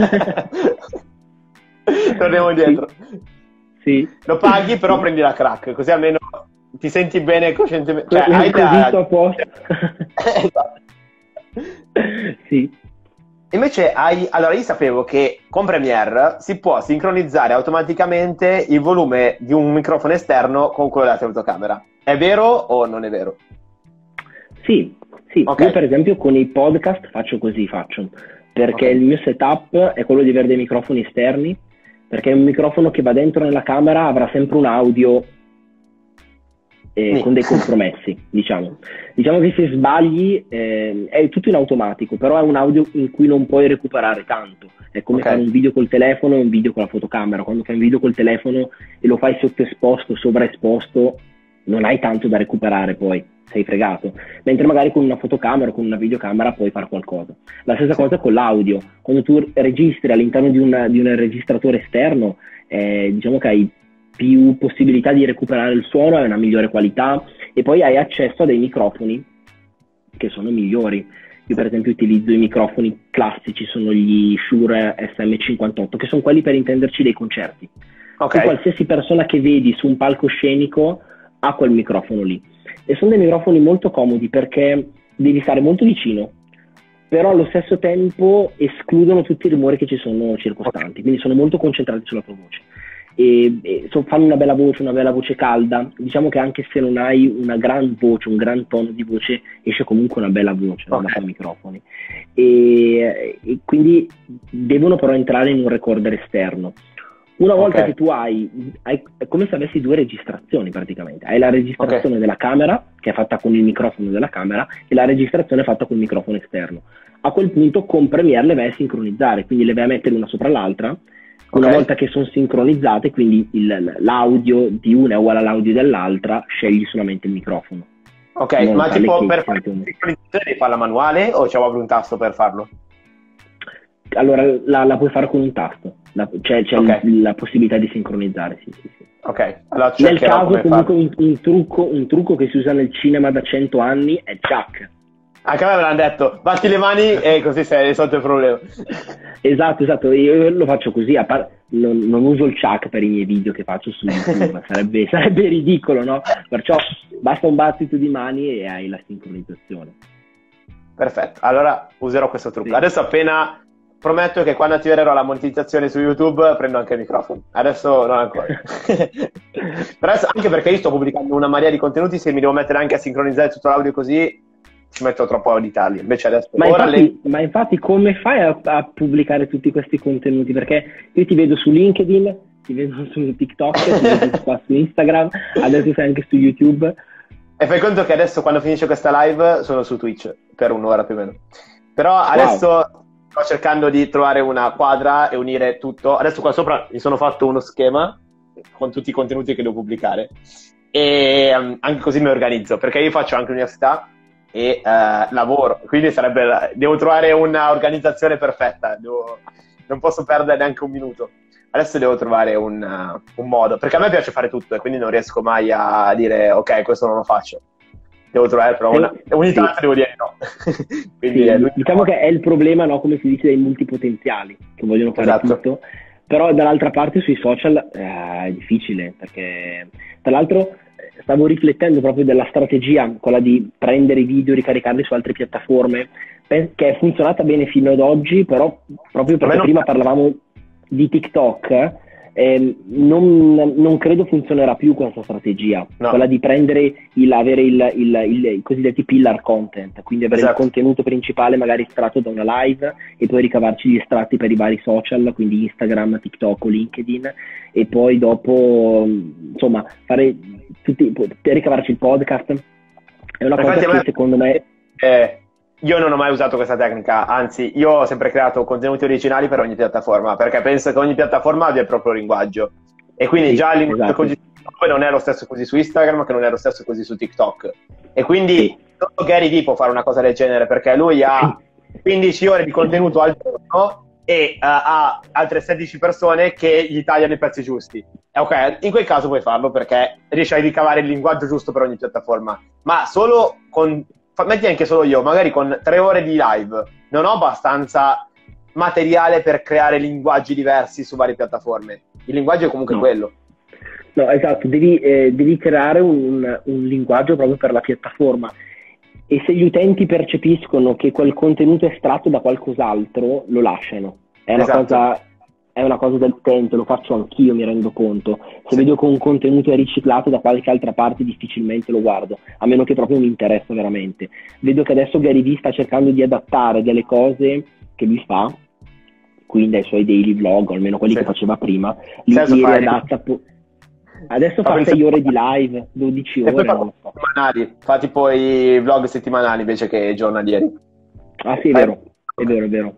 Torniamo indietro. Sì. Lo paghi, però prendi la crack, così almeno ti senti bene coscientemente. Cioè, Così hai sto a posto. Esatto. Sì. Invece allora io sapevo che con Premiere si può sincronizzare automaticamente il volume di un microfono esterno con quello della fotocamera. È vero o non è vero? Sì. Okay. Io per esempio con i podcast faccio, perché Okay. il mio setup è quello di avere dei microfoni esterni, perché un microfono che va dentro nella camera avrà sempre un audio con dei compromessi, diciamo che se sbagli è tutto in automatico, però è un audio in cui non puoi recuperare tanto. È come fare un video col telefono e un video con la fotocamera. Quando fai un video col telefono e lo fai sottoesposto, sovraesposto, non hai tanto da recuperare poi, sei fregato. Mentre magari con una fotocamera o con una videocamera puoi fare qualcosa. La stessa cosa con l'audio. Quando tu registri all'interno di un registratore esterno, diciamo che hai più possibilità di recuperare il suono, hai una migliore qualità e poi hai accesso a dei microfoni che sono migliori. Io per esempio utilizzo i microfoni classici, sono gli Shure SM58, che sono quelli per intenderci dei concerti. Ok. Tu, qualsiasi persona che vedi su un palcoscenico ha quel microfono lì. E sono dei microfoni molto comodi perché devi stare molto vicino, però allo stesso tempo escludono tutti i rumori che ci sono circostanti, quindi sono molto concentrati sulla tua voce. Fanno una bella voce calda. Diciamo che anche se non hai una gran voce, un gran tono di voce, esce comunque una bella voce dai microfoni. E quindi devono però entrare in un recorder esterno. Una volta che tu hai, è come se avessi due registrazioni praticamente. Hai la registrazione della camera, che è fatta con il microfono della camera, e la registrazione fatta con il microfono esterno. A quel punto con Premiere le vai a sincronizzare, quindi le vai a mettere una sopra l'altra. Una volta che sono sincronizzate, quindi l'audio di una è uguale all'audio dell'altra, scegli solamente il microfono. Ok, ma tipo per fare la sincronizzazione devi farla manuale o c'è un tasto per farlo? Allora la puoi fare con un tasto, c'è la possibilità di sincronizzare, sì. Ok, allora nel caso comunque un trucco che si usa nel cinema da 100 anni è Chuck. Anche a me me l'hanno detto, batti le mani e così sei risolto il problema. Esatto, io lo faccio così, non uso il Chuck per i miei video che faccio su YouTube, sarebbe ridicolo, no? Perciò basta un battito di mani e hai la sincronizzazione. Perfetto, allora userò questo trucco. Sì. Adesso appena prometto che quando attiverò la monetizzazione su YouTube prendo anche il microfono. Adesso non ancora. Però adesso, anche perché io sto pubblicando una marea di contenuti, se mi devo mettere anche a sincronizzare tutto l'audio così ci metto troppo a editarli. Invece adesso ma infatti come fai a pubblicare tutti questi contenuti? Perché io ti vedo su LinkedIn, ti vedo su TikTok, ti vedo qua su Instagram, adesso sei anche su YouTube. E fai conto che adesso quando finisce questa live sono su Twitch per un'ora più o meno. Però adesso sto cercando di trovare una quadra e unire tutto. Adesso qua sopra mi sono fatto uno schema con tutti i contenuti che devo pubblicare e anche così mi organizzo, perché io faccio anche università e lavoro, quindi devo trovare una organizzazione perfetta, non posso perdere neanche un minuto. Adesso devo trovare un modo, perché a me piace fare tutto e quindi non riesco mai a dire ok, questo non lo faccio. Devo trovare però ogni tanto devo dire no. Quindi diciamo che è il problema, no? Come si dice, dei multipotenziali che vogliono fare tutto, però dall'altra parte sui social è difficile, perché tra l'altro stavo riflettendo proprio della strategia, quella di prendere i video e ricaricarli su altre piattaforme, che è funzionata bene fino ad oggi, però proprio perché prima parlavamo di TikTok, non credo funzionerà più questa strategia, quella di prendere avere i cosiddetti pillar content, quindi avere il contenuto principale magari estratto da una live e poi ricavarci gli estratti per i vari social, quindi Instagram, TikTok o LinkedIn, e poi dopo insomma ricavarci il podcast. È una cosa che secondo me io non ho mai usato questa tecnica, anzi io ho sempre creato contenuti originali per ogni piattaforma, perché penso che ogni piattaforma abbia il proprio linguaggio e quindi già il linguaggio così non è lo stesso così su Instagram, che non è lo stesso così su TikTok, e quindi solo Gary Vee può fare una cosa del genere, perché lui ha 15 ore di contenuto al giorno e ha altre 16 persone che gli tagliano i pezzi giusti. Ok, in quel caso puoi farlo perché riesci a ricavare il linguaggio giusto per ogni piattaforma, ma solo metti anche solo io, magari con 3 ore di live non ho abbastanza materiale per creare linguaggi diversi su varie piattaforme. Il linguaggio è comunque quello. No, esatto, devi creare un linguaggio proprio per la piattaforma, e se gli utenti percepiscono che quel contenuto è estratto da qualcos'altro lo lasciano. È una cosa del tempo, lo faccio anch'io, mi rendo conto. Se vedo che un contenuto è riciclato da qualche altra parte, difficilmente lo guardo, a meno che proprio mi interessa veramente. Vedo che adesso Gary Vee sta cercando di adattare delle cose che lui fa, quindi ai suoi daily vlog, o almeno quelli che faceva prima, li riadatta. Adesso fa 6 ore di live, 12 ore, non lo so. Fa tipo i vlog settimanali invece che giornalieri. Ah sì, è vero.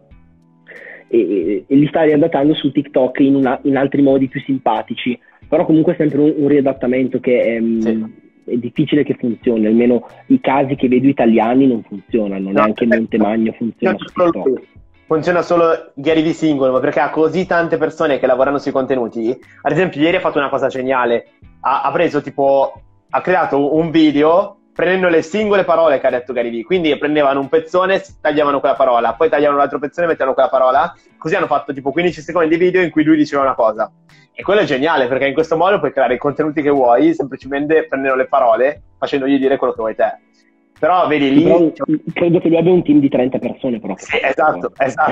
E li sta riadattando su TikTok in altri modi più simpatici, però comunque è sempre un riadattamento che è difficile che funzioni, almeno i casi che vedo italiani non funzionano, No, neanche Montemagno funziona su TikTok. Funziona solo Gary Vee singolo, ma perché ha così tante persone che lavorano sui contenuti. Ad esempio, ieri ha fatto una cosa geniale. Ha preso tipo, ha creato un video prendendo le singole parole che ha detto Gary Vee. Quindi prendevano un pezzone, tagliavano quella parola, poi tagliavano l'altro pezzone e mettevano quella parola. Così hanno fatto tipo 15 secondi di video in cui lui diceva una cosa. E quello è geniale, perché in questo modo puoi creare i contenuti che vuoi, semplicemente prendendo le parole, facendogli dire quello che vuoi te. Però vedi lì... Però credo che lui abbia un team di 30 persone, però. Sì, esatto.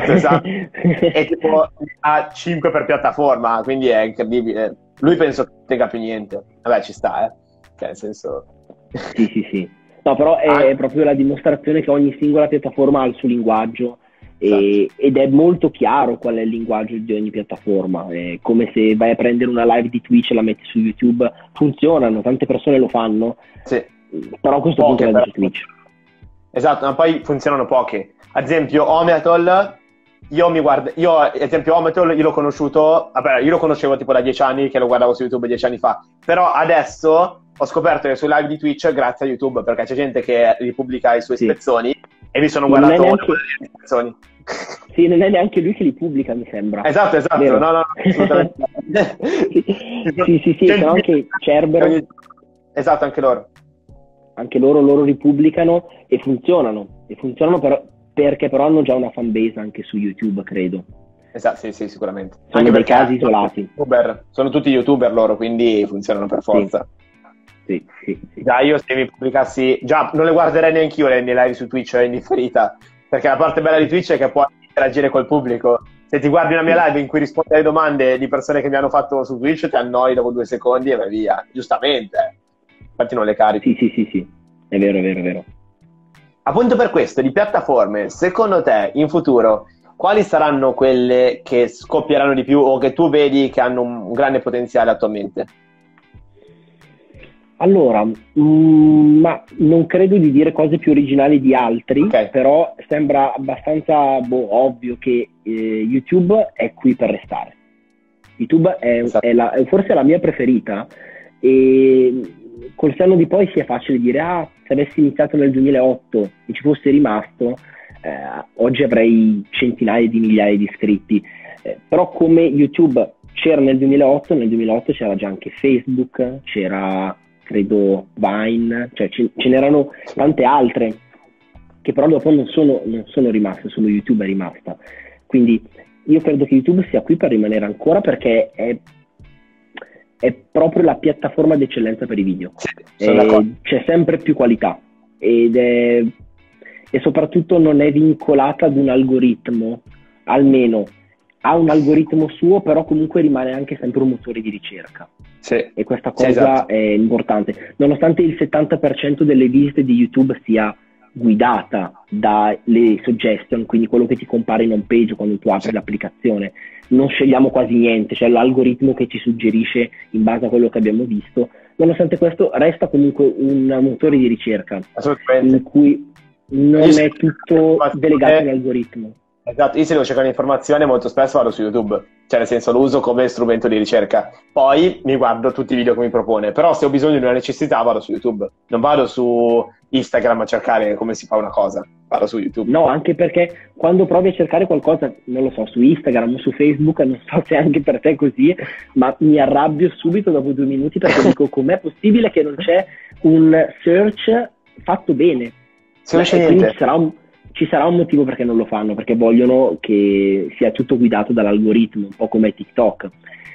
E tipo ha 5 per piattaforma, quindi è incredibile. Lui penso che tenga più niente. Vabbè, ci sta, Cioè, nel senso... Sì. No, però è proprio la dimostrazione che ogni singola piattaforma ha il suo linguaggio ed è molto chiaro qual è il linguaggio di ogni piattaforma. È come se vai a prendere una live di Twitch e la metti su YouTube. Funzionano, tante persone lo fanno. Sì. Però a questo punto è su Twitch. Esatto, ma poi funzionano poche. Ad esempio, Omeatol, io l'ho conosciuto, vabbè, io lo conoscevo tipo da 10 anni, che lo guardavo su YouTube 10 anni fa, però adesso ho scoperto che su live di Twitch grazie a YouTube, perché c'è gente che ripubblica i suoi spezzoni e mi sono guardato le spezzoni. Sì, non è neanche lui che li pubblica, mi sembra. Esatto, vero? No, assolutamente. sì, però anche Cerbero. Esatto, anche loro. Anche loro ripubblicano e funzionano però, perché però hanno già una fanbase anche su YouTube, credo. Esatto, sì, sicuramente. Sono anche dei casi isolati. Sono tutti YouTuber loro, quindi funzionano per forza. Sì. Già io se mi pubblicassi, già non le guarderei neanche io le live su Twitch in differita, perché la parte bella di Twitch è che puoi interagire col pubblico. Se ti guardi una mia live in cui rispondi alle domande di persone che mi hanno fatto su Twitch, ti annoi dopo 2 secondi e vai via, giustamente. Infatti non le carichi. Sì, è vero. Appunto per questo, di piattaforme, secondo te in futuro quali saranno quelle che scoppieranno di più o che tu vedi che hanno un grande potenziale attualmente? Allora, ma non credo di dire cose più originali di altri, però sembra abbastanza ovvio che YouTube è qui per restare. YouTube è forse la mia preferita e col senno di poi sia facile dire se avessi iniziato nel 2008 e ci fosse rimasto, oggi avrei centinaia di migliaia di iscritti. Però come YouTube c'era nel 2008 c'era già anche Facebook, c'era credo Vine, cioè ce n'erano tante altre che però dopo non sono rimaste, solo YouTube è rimasta. Quindi io credo che YouTube sia qui per rimanere ancora, perché è proprio la piattaforma d'eccellenza per i video. C'è sempre più qualità e soprattutto non è vincolata ad un algoritmo, almeno ha un algoritmo suo, però comunque rimane anche sempre un motore di ricerca. E questa cosa è importante. Nonostante il 70% delle visite di YouTube sia guidata dalle suggestion, quindi quello che ti compare in home page quando tu apri l'applicazione, non scegliamo quasi niente, cioè l'algoritmo che ci suggerisce in base a quello che abbiamo visto. Nonostante questo resta comunque un motore di ricerca in cui non è tutto delegato all'algoritmo. Esatto, io se devo cercare informazione molto spesso vado su YouTube, cioè nel senso lo uso come strumento di ricerca, poi mi guardo tutti i video che mi propone, però se ho bisogno di una necessità vado su YouTube, non vado su Instagram a cercare come si fa una cosa, vado su YouTube. No, anche perché quando provi a cercare qualcosa, non lo so, su Instagram o su Facebook, non so se anche per te è così, ma mi arrabbio subito dopo 2 minuti, perché dico com'è possibile che non c'è un search fatto bene? Se non c'è niente. Ci sarà un motivo perché non lo fanno, perché vogliono che sia tutto guidato dall'algoritmo, un po' come TikTok.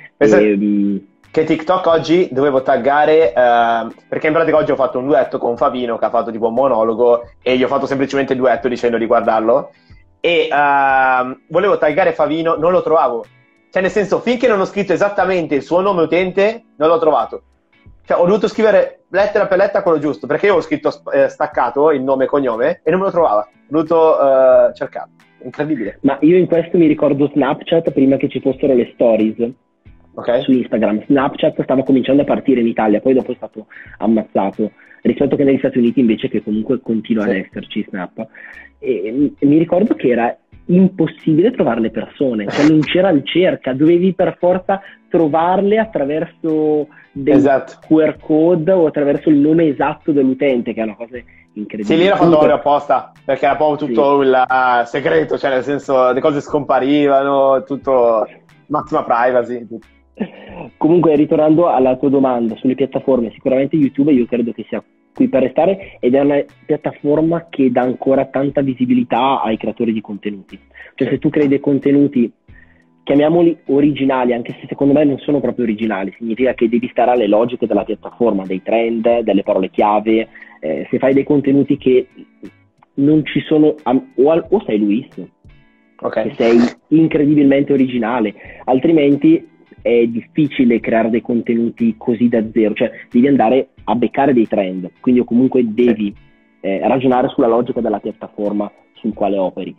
Che TikTok oggi dovevo taggare, perché in pratica oggi ho fatto un duetto con Favino che ha fatto tipo un monologo e gli ho fatto semplicemente il duetto dicendo di guardarlo e volevo taggare Favino, non lo trovavo. Cioè nel senso, finché non ho scritto esattamente il suo nome utente, non l'ho trovato. Cioè ho dovuto scrivere lettera per lettera quello giusto, perché io ho scritto staccato il nome e cognome e non me lo trovava. Ho dovuto cercare. Incredibile. Ma io in questo mi ricordo Snapchat prima che ci fossero le stories. Su Instagram. Snapchat stava cominciando a partire in Italia, poi dopo è stato ammazzato, rispetto che negli Stati Uniti invece, che comunque continua ad esserci Snap. E mi ricordo che era impossibile trovare le persone, cioè non c'era ricerca, dovevi per forza trovarle attraverso dei Esatto. QR code o attraverso il nome esatto dell'utente, che è una cosa incredibile. Sì, lì era fatto apposta, perché era proprio tutto Sì. il segreto, cioè nel senso le cose scomparivano, tutto massima privacy. Tutto. Comunque, ritornando alla tua domanda sulle piattaforme, sicuramente YouTube io credo che sia qui per restare ed è una piattaforma che dà ancora tanta visibilità ai creatori di contenuti. Cioè, se tu crei dei contenuti, chiamiamoli originali, anche se secondo me non sono proprio originali, significa che devi stare alle logiche della piattaforma, dei trend, delle parole chiave. Se fai dei contenuti che non ci sono, o sei Luis, Ok. che sei incredibilmente originale, altrimenti è difficile creare dei contenuti così da zero, cioè devi andare a beccare dei trend, quindi comunque devi ragionare sulla logica della piattaforma sul quale operi.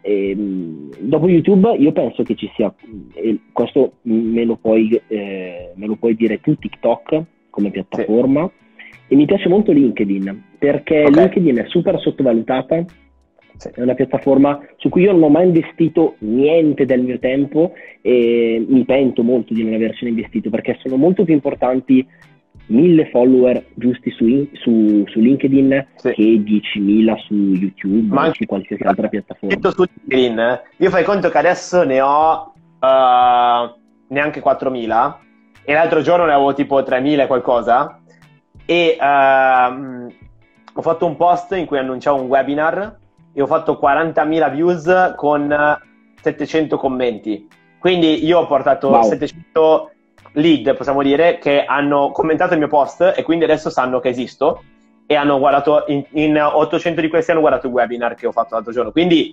Dopo YouTube io penso che ci sia, e questo me lo puoi dire tu, TikTok come piattaforma, e mi piace molto LinkedIn, perché LinkedIn è super sottovalutata. Sì. È una piattaforma su cui io non ho mai investito niente del mio tempo e mi pento molto di non avercene investito, perché sono molto più importanti 1000 follower giusti su LinkedIn che 10.000 su YouTube o su qualsiasi altra piattaforma. Su LinkedIn, io fai conto che adesso ne ho neanche 4.000 e l'altro giorno ne avevo tipo 3.000 e qualcosa e ho fatto un post in cui annunciavo un webinar e ho fatto 40.000 views con 700 commenti. Quindi io ho portato 700 lead, possiamo dire, che hanno commentato il mio post e quindi adesso sanno che esisto e hanno guardato, in 800 di questi hanno guardato il webinar che ho fatto l'altro giorno. Quindi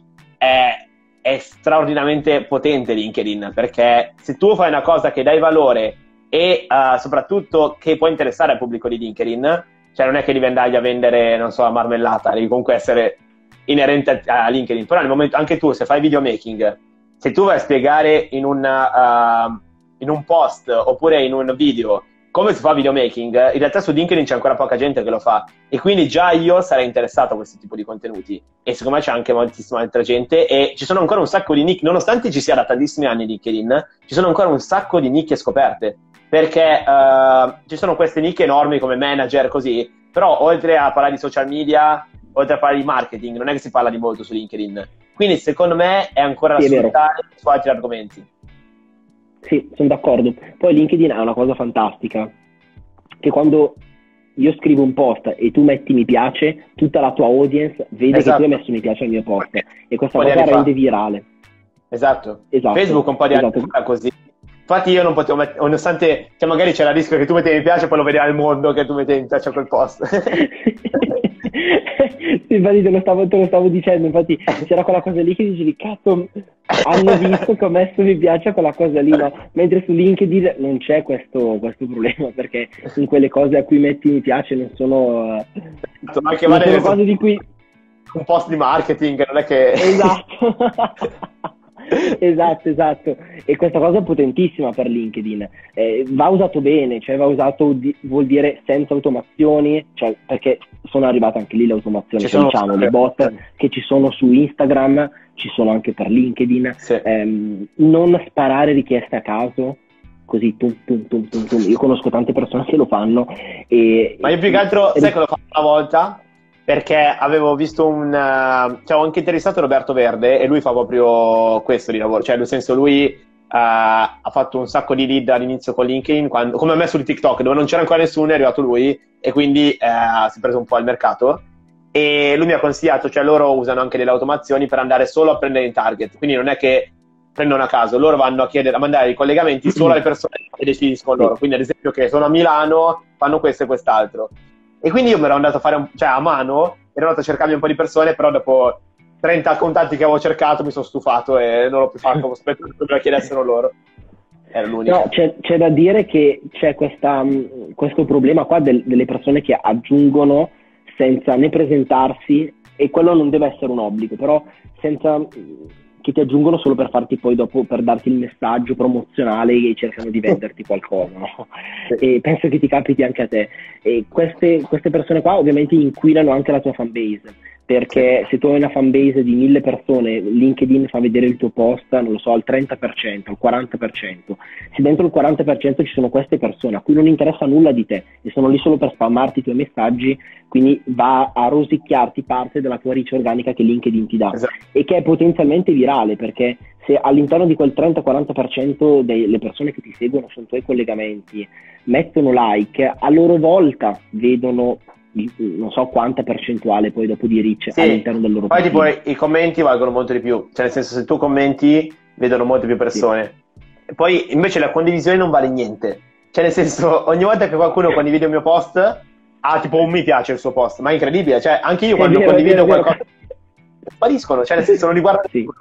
è straordinariamente potente LinkedIn, perché se tu fai una cosa che dai valore e soprattutto che può interessare al pubblico di LinkedIn, cioè non è che devi andare a vendere, non so, la marmellata, devi comunque essere inerente a LinkedIn. Però nel momento, anche tu, se fai videomaking, se tu vai a spiegare in un post oppure in un video come si fa videomaking, in realtà su LinkedIn c'è ancora poca gente che lo fa e quindi già io sarei interessato a questo tipo di contenuti e secondo me c'è anche moltissima altra gente e ci sono ancora un sacco di nicchie, nonostante ci sia da tantissimi anni LinkedIn, ci sono ancora un sacco di nicchie scoperte, perché ci sono queste nicchie enormi come manager così, però oltre a parlare di social media, oltre a parlare di marketing, non è che si parla di molto su LinkedIn. Quindi secondo me è ancora da sfruttare su altri argomenti. Sì, sono d'accordo. Poi LinkedIn è una cosa fantastica, che quando io scrivo un post e tu metti mi piace, tutta la tua audience vede che tu hai messo mi piace al mio post e questa cosa rende virale. Esatto. Facebook un po' di anni fa così. Infatti io non potevo mettere, nonostante che magari c'era il rischio che tu mettevi mi piace, poi lo vedeva il mondo che tu mettevi mi piace a quel post. Infatti te lo stavo dicendo, infatti c'era quella cosa lì che dicevi, cazzo, hanno visto che ho messo mi piace a quella cosa lì, no? Mentre su LinkedIn non c'è questo problema, perché in quelle cose a cui metti mi piace non sono, ma che non sono cose di cui... un post di marketing, non è che... Esatto. esatto, e questa cosa è potentissima per LinkedIn, va usato bene, cioè va usato vuol dire senza automazioni, cioè perché sono arrivate anche lì le automazioni, cioè, diciamo le bot che ci sono su Instagram ci sono anche per LinkedIn, non sparare richieste a caso così tum. Io conosco tante persone che lo fanno ma io più che altro sai che l'ho fatto una volta perché avevo visto cioè ho anche interessato Roberto Verde e lui fa proprio questo di lavoro, cioè nel senso lui ha fatto un sacco di lead all'inizio con LinkedIn, come a me sul TikTok dove non c'era ancora nessuno, è arrivato lui e quindi si è preso un po' il mercato e lui mi ha consigliato, cioè loro usano anche delle automazioni per andare solo a prendere i target, quindi non è che prendono a caso, loro vanno a mandare i collegamenti solo alle persone che definiscono loro, quindi ad esempio che sono a Milano, fanno questo e quest'altro. E quindi io mi ero andato a fare, cioè a mano, ero andato a cercarmi un po' di persone, però dopo 30 contatti che avevo cercato mi sono stufato e non l'ho più fatto, ho aspettato che me la chiedessero loro. Era l'unico. No, c'è da dire che c'è questo problema qua delle persone che aggiungono senza né presentarsi, e quello non deve essere un obbligo, però senza... che ti aggiungono solo per farti poi dopo, per darti il messaggio promozionale e cercano di venderti qualcosa, no? E penso che ti capiti anche a te. E queste persone qua ovviamente inquinano anche la tua fanbase, perché se tu hai una fanbase di 1000 persone, LinkedIn fa vedere il tuo post, non lo so, al 30%, al 40%. Se dentro il 40% ci sono queste persone a cui non interessa nulla di te e sono lì solo per spammarti i tuoi messaggi, quindi va a rosicchiarti parte della tua reach organica che LinkedIn ti dà, e che è potenzialmente virale, perché se all'interno di quel 30-40% delle persone che ti seguono sono tuoi collegamenti, mettono like, a loro volta vedono non so quanta percentuale poi dopo di reach all'interno del loro profilo. Poi tipo i commenti valgono molto di più, cioè nel senso, se tu commenti vedono molte più persone. E poi invece la condivisione non vale niente, cioè nel senso, ogni volta che qualcuno condivide il mio post ha tipo un mi piace il suo post, ma è incredibile, cioè anche io quando condivido qualcosa spariscono, cioè nel senso non li guardo.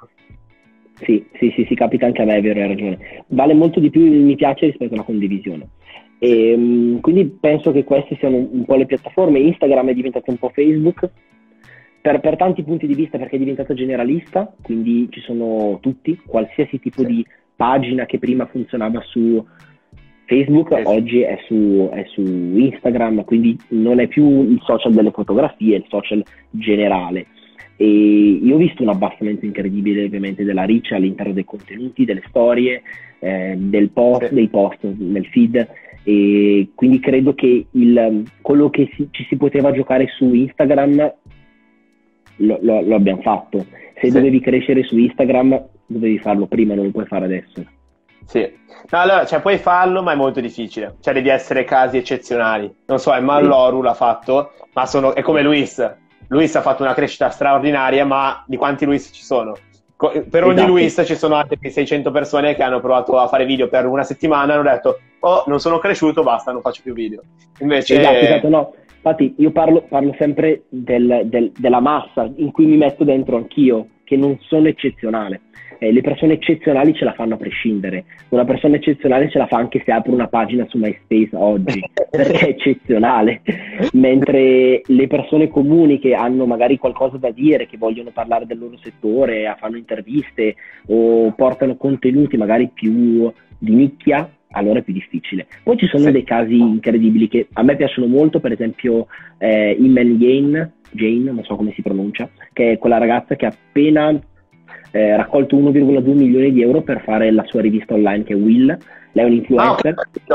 Sì, capita anche a me, è vero, hai ragione. Vale molto di più il mi piace rispetto alla condivisione. E quindi penso che queste siano un po' le piattaforme. Instagram è diventato un po' Facebook per tanti punti di vista, perché è diventato generalista, quindi ci sono tutti, qualsiasi tipo di pagina che prima funzionava su Facebook oggi è su Instagram, quindi non è più il social delle fotografie, è il social generale. E io ho visto un abbassamento incredibile ovviamente della reach all'interno dei contenuti, delle storie, dei post nel feed, e quindi credo che quello che ci si poteva giocare su Instagram lo abbiamo fatto. Se dovevi crescere su Instagram dovevi farlo prima, non lo puoi fare adesso. Sì, no, allora, cioè puoi farlo, ma è molto difficile, cioè devi essere casi eccezionali. Non so, Emma Loru l'ha fatto, ma è come Luis ha fatto una crescita straordinaria, ma di quanti Luis ci sono? Per ogni Luis ci sono altre 600 persone che hanno provato a fare video per una settimana e hanno detto non sono cresciuto, basta, non faccio più video. Invece esatto, no. Infatti io parlo sempre della massa in cui mi metto dentro anch'io, che non sono eccezionale. Le persone eccezionali ce la fanno a prescindere. Una persona eccezionale ce la fa anche se apre una pagina su MySpace oggi, perché è eccezionale. Mentre le persone comuni che hanno magari qualcosa da dire, che vogliono parlare del loro settore, fanno interviste o portano contenuti magari più di nicchia, allora è più difficile. Poi ci sono dei casi incredibili che a me piacciono molto, per esempio Iman Jane, non so come si pronuncia, che è quella ragazza che ha appena raccolto 1,2 milioni di euro per fare la sua rivista online, che è Will. Lei è un influencer.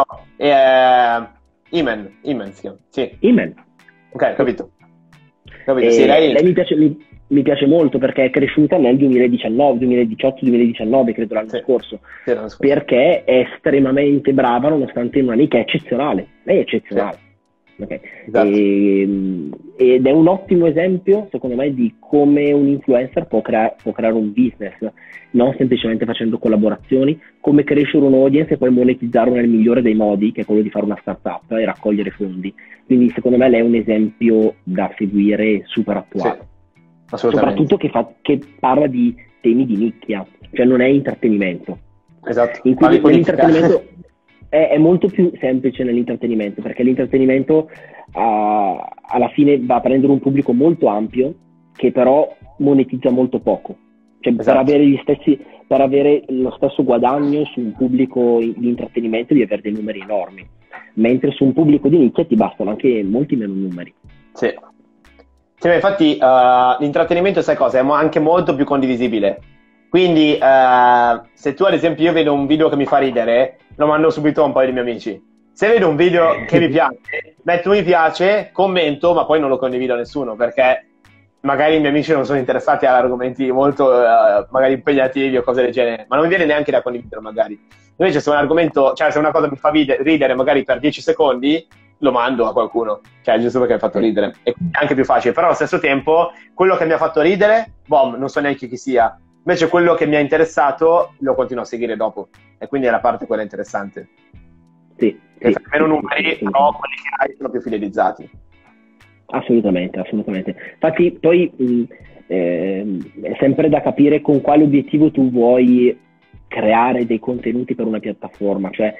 Iman si chiama. Sì. Iman. Ok, capito. Sì, lei mi piace molto perché è cresciuta nel 2018-2019, credo l'anno scorso, perché è estremamente brava nonostante una nicchia eccezionale. Lei è eccezionale. Okay. Esatto. Ed è un ottimo esempio, secondo me, di come un influencer può creare un business, non semplicemente facendo collaborazioni, come crescere un audience e poi monetizzarlo nel migliore dei modi, che è quello di fare una startup e raccogliere fondi. Quindi secondo me lei è un esempio da seguire super attuale. Soprattutto che parla di temi di nicchia, cioè non è intrattenimento. Esatto. In cui l'intrattenimento è molto più semplice nell'intrattenimento, perché l'intrattenimento alla fine va a prendere un pubblico molto ampio che però monetizza molto poco. Cioè, per avere lo stesso guadagno su un pubblico di intrattenimento devi avere dei numeri enormi, mentre su un pubblico di nicchia ti bastano anche molti meno numeri. Sì, infatti l'intrattenimento, sai cosa? È anche molto più condivisibile. Quindi se tu ad esempio, io vedo un video che mi fa ridere, lo mando subito a un paio di miei amici. Se vedo un video che mi piace, metto mi piace, commento, ma poi non lo condivido a nessuno, perché magari i miei amici non sono interessati ad argomenti molto magari impegnativi o cose del genere, ma non mi viene neanche da condividere magari. Invece se un argomento, cioè se una cosa mi fa ridere magari per 10 secondi, lo mando a qualcuno, cioè giusto perché mi ha fatto ridere. E quindi è anche più facile, però allo stesso tempo quello che mi ha fatto ridere, non so neanche chi sia. Invece quello che mi ha interessato lo continuo a seguire dopo, e quindi è la parte quella interessante. Sì, e fai meno numeri, però quelli che hai sono più fidelizzati. Assolutamente. Infatti poi è sempre da capire con quale obiettivo tu vuoi creare dei contenuti per una piattaforma. Cioè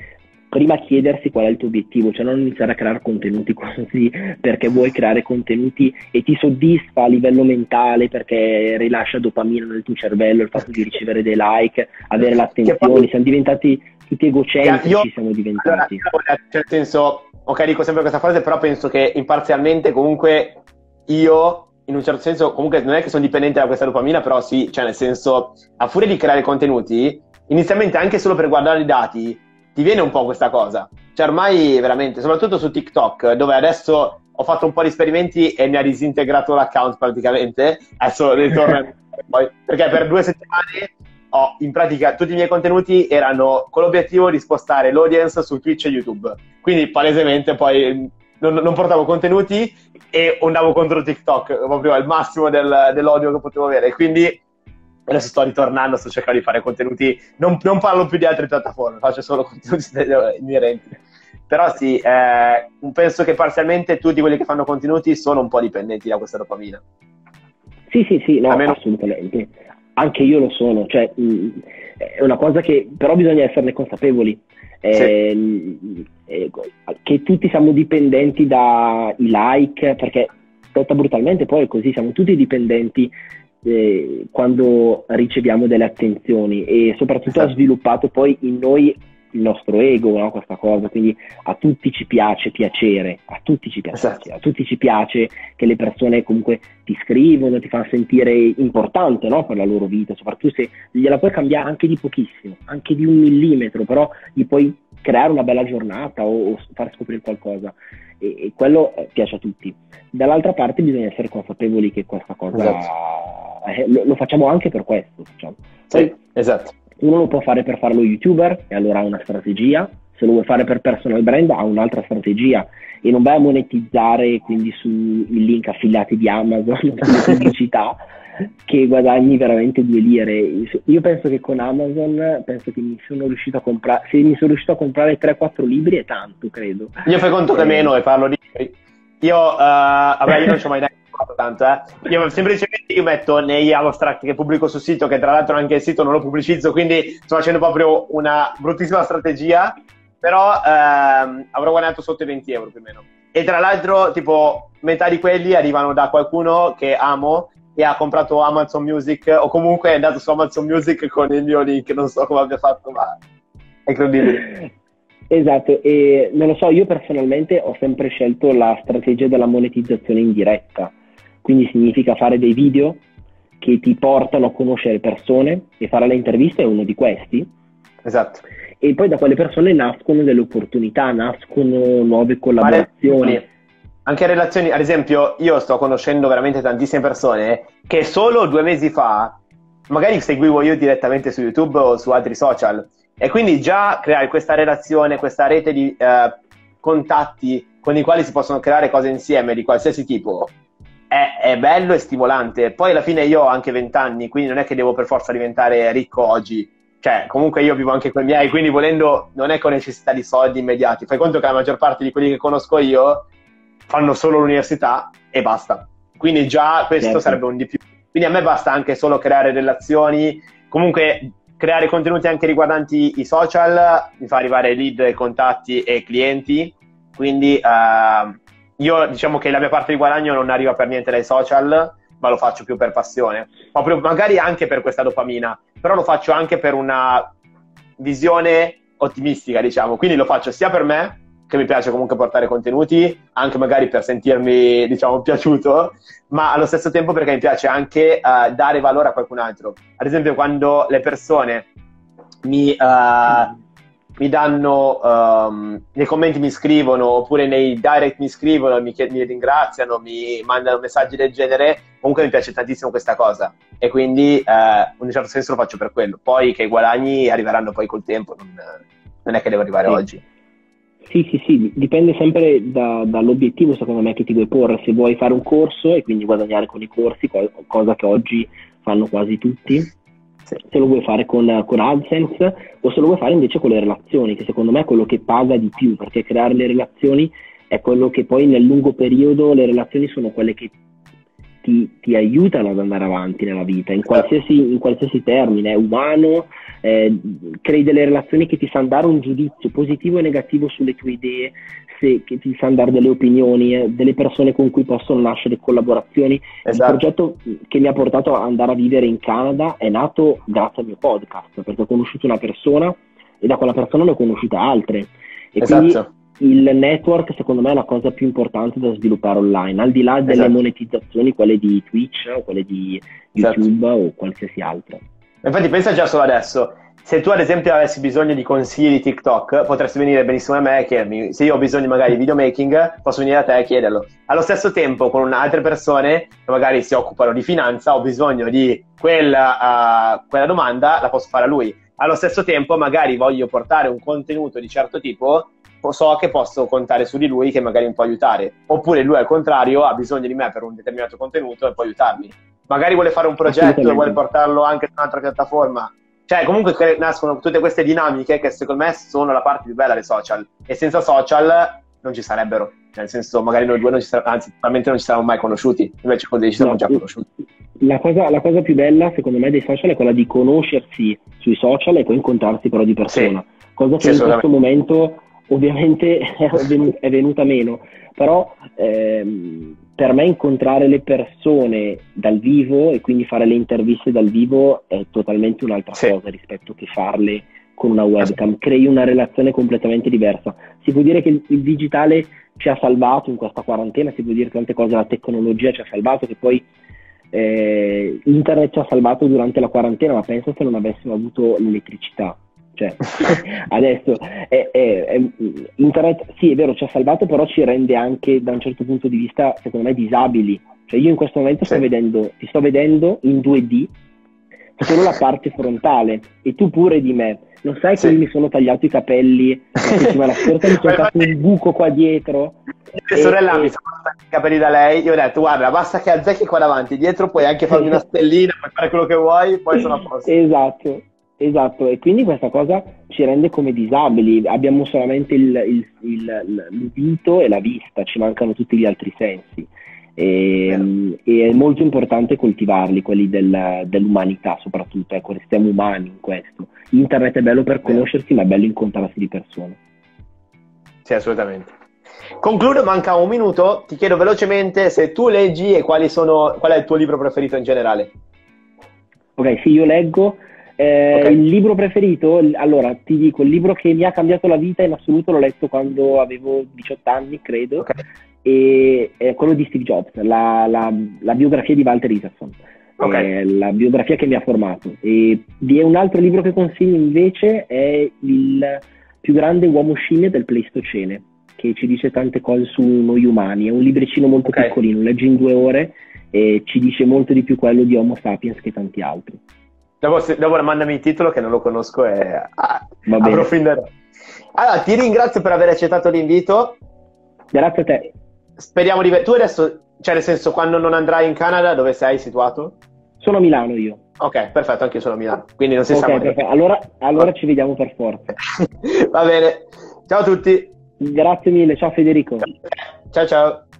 prima chiedersi qual è il tuo obiettivo, cioè non iniziare a creare contenuti così perché vuoi creare contenuti e ti soddisfa a livello mentale perché rilascia dopamina nel tuo cervello, il fatto di ricevere dei like, avere l'attenzione, siamo diventati tutti egocentrici, siamo diventati. Allora, nel senso, ok, dico sempre questa frase, però penso che imparzialmente comunque io, in un certo senso, comunque non è che sono dipendente da questa dopamina, però sì, cioè nel senso, a furia di creare contenuti, inizialmente anche solo per guardare i dati, ti viene un po' questa cosa. Cioè ormai veramente, soprattutto su TikTok, dove adesso ho fatto un po' di esperimenti e mi ha disintegrato l'account praticamente, adesso ritorno poi, perché per 2 settimane in pratica tutti i miei contenuti erano con l'obiettivo di spostare l'audience su Twitch e YouTube. Quindi palesemente poi non portavo contenuti e andavo contro TikTok, proprio al massimo dell'odio che potevo avere. Quindi adesso sto ritornando, sto cercando di fare contenuti, non parlo più di altre piattaforme, faccio solo contenuti inerenti. Però sì, penso che parzialmente tutti quelli che fanno contenuti sono un po' dipendenti da questa dopamina. Sì, no, assolutamente. Anche io lo sono, cioè è una cosa che però bisogna esserne consapevoli, che tutti siamo dipendenti dai like, perché detta brutalmente poi è così, siamo tutti dipendenti quando riceviamo delle attenzioni e soprattutto ha sviluppato poi in noi il nostro ego, no? Questa cosa, quindi a tutti ci piace piacere, a tutti ci piace che le persone comunque ti scrivono, ti fanno sentire importante, no? Per la loro vita, soprattutto se gliela puoi cambiare anche di pochissimo, anche di 1 millimetro, però gli puoi creare una bella giornata o far scoprire qualcosa e quello piace a tutti. Dall'altra parte bisogna essere consapevoli che questa cosa lo facciamo anche per questo, facciamo. Sì, esatto. Uno lo può fare per fare lo youtuber e allora ha una strategia, se lo vuoi fare per personal brand ha un'altra strategia e non vai a monetizzare quindi sui link affiliati di Amazon, sulle pubblicità che guadagni veramente 2 lire. Io penso che con Amazon, penso che mi sono riuscito a comprare, se mi sono riuscito a comprare 3-4 libri è tanto, credo. Io fai conto che meno e parlo di... Io non ci ho mai neanche fatto tanto, Io semplicemente metto negli abstract che pubblico sul sito, che tra l'altro anche il sito non lo pubblicizzo, quindi sto facendo proprio una bruttissima strategia, però avrò guadagnato sotto i 20 euro più o meno. E tra l'altro tipo metà di quelli arrivano da qualcuno che amo e ha comprato Amazon Music o comunque è andato su Amazon Music con il mio link, non so come abbia fatto, ma è incredibile. Esatto, e non lo so, io personalmente ho sempre scelto la strategia della monetizzazione indiretta, quindi significa fare dei video che ti portano a conoscere persone e fare le interviste è uno di questi. Esatto. E poi da quelle persone nascono delle opportunità, nascono nuove collaborazioni. Anche relazioni, ad esempio, io sto conoscendo veramente tantissime persone che solo 2 mesi fa magari seguivo io direttamente su YouTube o su altri social. E quindi già creare questa relazione, questa rete di contatti con i quali si possono creare cose insieme di qualsiasi tipo è bello e stimolante. Poi alla fine io ho anche 20 anni, quindi non è che devo per forza diventare ricco oggi. Cioè, comunque io vivo anche con i miei, quindi volendo non è con necessità di soldi immediati. Fai conto che la maggior parte di quelli che conosco io fanno solo l'università e basta. Quindi già questo sarebbe un di più. Quindi a me basta anche solo creare relazioni, comunque creare contenuti anche riguardanti i social, mi fa arrivare lead, contatti e clienti, quindi io diciamo che la mia parte di guadagno non arriva per niente dai social, ma lo faccio più per passione, proprio magari anche per questa dopamina, però lo faccio anche per una visione ottimistica, diciamo, quindi lo faccio sia per me, che mi piace comunque portare contenuti, anche magari per sentirmi, diciamo, piaciuto, ma allo stesso tempo perché mi piace anche dare valore a qualcun altro. Ad esempio, quando le persone mi danno, nei commenti mi scrivono, oppure nei direct mi scrivono, mi ringraziano, mi mandano messaggi del genere, comunque mi piace tantissimo questa cosa. E quindi, in un certo senso, lo faccio per quello. Poi che i guadagni arriveranno poi col tempo, non è che devo arrivare oggi. Sì, dipende sempre dall'obiettivo secondo me che ti vuoi porre, se vuoi fare un corso e quindi guadagnare con i corsi, cosa che oggi fanno quasi tutti, se lo vuoi fare con AdSense o se lo vuoi fare invece con le relazioni, che secondo me è quello che paga di più, perché creare le relazioni è quello che poi nel lungo periodo, le relazioni sono quelle che ti aiutano ad andare avanti nella vita, in qualsiasi termine, umano, crei delle relazioni che ti sanno dare un giudizio positivo e negativo sulle tue idee, che ti sanno dare delle opinioni, delle persone con cui possono nascere collaborazioni. Esatto. Il progetto che mi ha portato ad andare a vivere in Canada è nato grazie al mio podcast, perché ho conosciuto una persona e da quella persona ne ho conosciute altre. E quindi il network secondo me è la cosa più importante da sviluppare online, al di là delle monetizzazioni, quelle di Twitch o quelle di YouTube o qualsiasi altro. Infatti pensa già solo adesso, se tu ad esempio avessi bisogno di consigli di TikTok, potresti venire benissimo a me e chiedermi. Se io ho bisogno magari di videomaking, posso venire a te e chiederlo. Allo stesso tempo, con altre persone che magari si occupano di finanza, ho bisogno di quella domanda, la posso fare a lui. Allo stesso tempo, magari voglio portare un contenuto di certo tipo, so che posso contare su di lui che magari mi può aiutare. Oppure lui al contrario ha bisogno di me per un determinato contenuto e può aiutarmi. Magari vuole fare un progetto e vuole portarlo anche su un'altra piattaforma. Cioè, comunque nascono tutte queste dinamiche che secondo me sono la parte più bella dei social. E senza social non ci sarebbero. Cioè, nel senso, magari noi due anzi, probabilmente non ci saremmo mai conosciuti. Invece con dei ci siamo già conosciuti. La cosa più bella, secondo me, dei social è quella di conoscersi sui social e poi incontrarsi però di persona. Cosa che in questo momento ovviamente è venuta meno. Però per me incontrare le persone dal vivo e quindi fare le interviste dal vivo è totalmente un'altra cosa rispetto che farle con una webcam. Crei una relazione completamente diversa. Si può dire che il digitale ci ha salvato in questa quarantena, si può dire tante cose, la tecnologia ci ha salvato, che poi internet ci ha salvato durante la quarantena, ma penso se non avessimo avuto l'elettricità. Cioè, adesso internet sì è vero ci ha salvato, però ci rende anche da un certo punto di vista secondo me disabili. Cioè io in questo momento ti sto vedendo in 2D solo la parte frontale e tu pure di me non sai che mi sono tagliato i capelli la settimana scorsa, mi sono fatto un buco qua dietro. Mia sorella mi sono tagliati i capelli da lei, io ho detto guarda basta che azzecchi qua davanti, dietro puoi anche farmi una stellina, puoi fare quello che vuoi, poi sono a posto. Esatto, e quindi questa cosa ci rende come disabili, abbiamo solamente l'udito e la vista, ci mancano tutti gli altri sensi e è molto importante coltivarli, quelli dell'umanità soprattutto, ecco, restiamo umani in questo. Internet è bello per conoscersi, ma è bello incontrarsi di persone. Sì, assolutamente. Concludo, manca un minuto, ti chiedo velocemente se tu leggi e qual è il tuo libro preferito in generale. Ok, sì, io leggo. Il libro preferito, allora ti dico, il libro che mi ha cambiato la vita in assoluto l'ho letto quando avevo 18 anni, credo, e è quello di Steve Jobs, la biografia di Walter Isaacson, la biografia che mi ha formato. E vi è un altro libro che consiglio invece, è Il più grande uomo scimmia del Pleistocene, che ci dice tante cose su noi umani, è un libricino molto piccolino, leggi in 2 ore e ci dice molto di più quello di Homo sapiens che tanti altri. Dopo mandami il titolo che non lo conosco e approfondirò. Allora, ti ringrazio per aver accettato l'invito. Grazie a te. Speriamo di... Tu adesso, cioè nel senso, quando non andrai in Canada, dove sei situato? Sono a Milano io. Ok, perfetto, anche io sono a Milano, quindi non si sa mai. Allora ci vediamo per forza. Va bene. Ciao a tutti. Grazie mille, ciao Federico. Ciao ciao.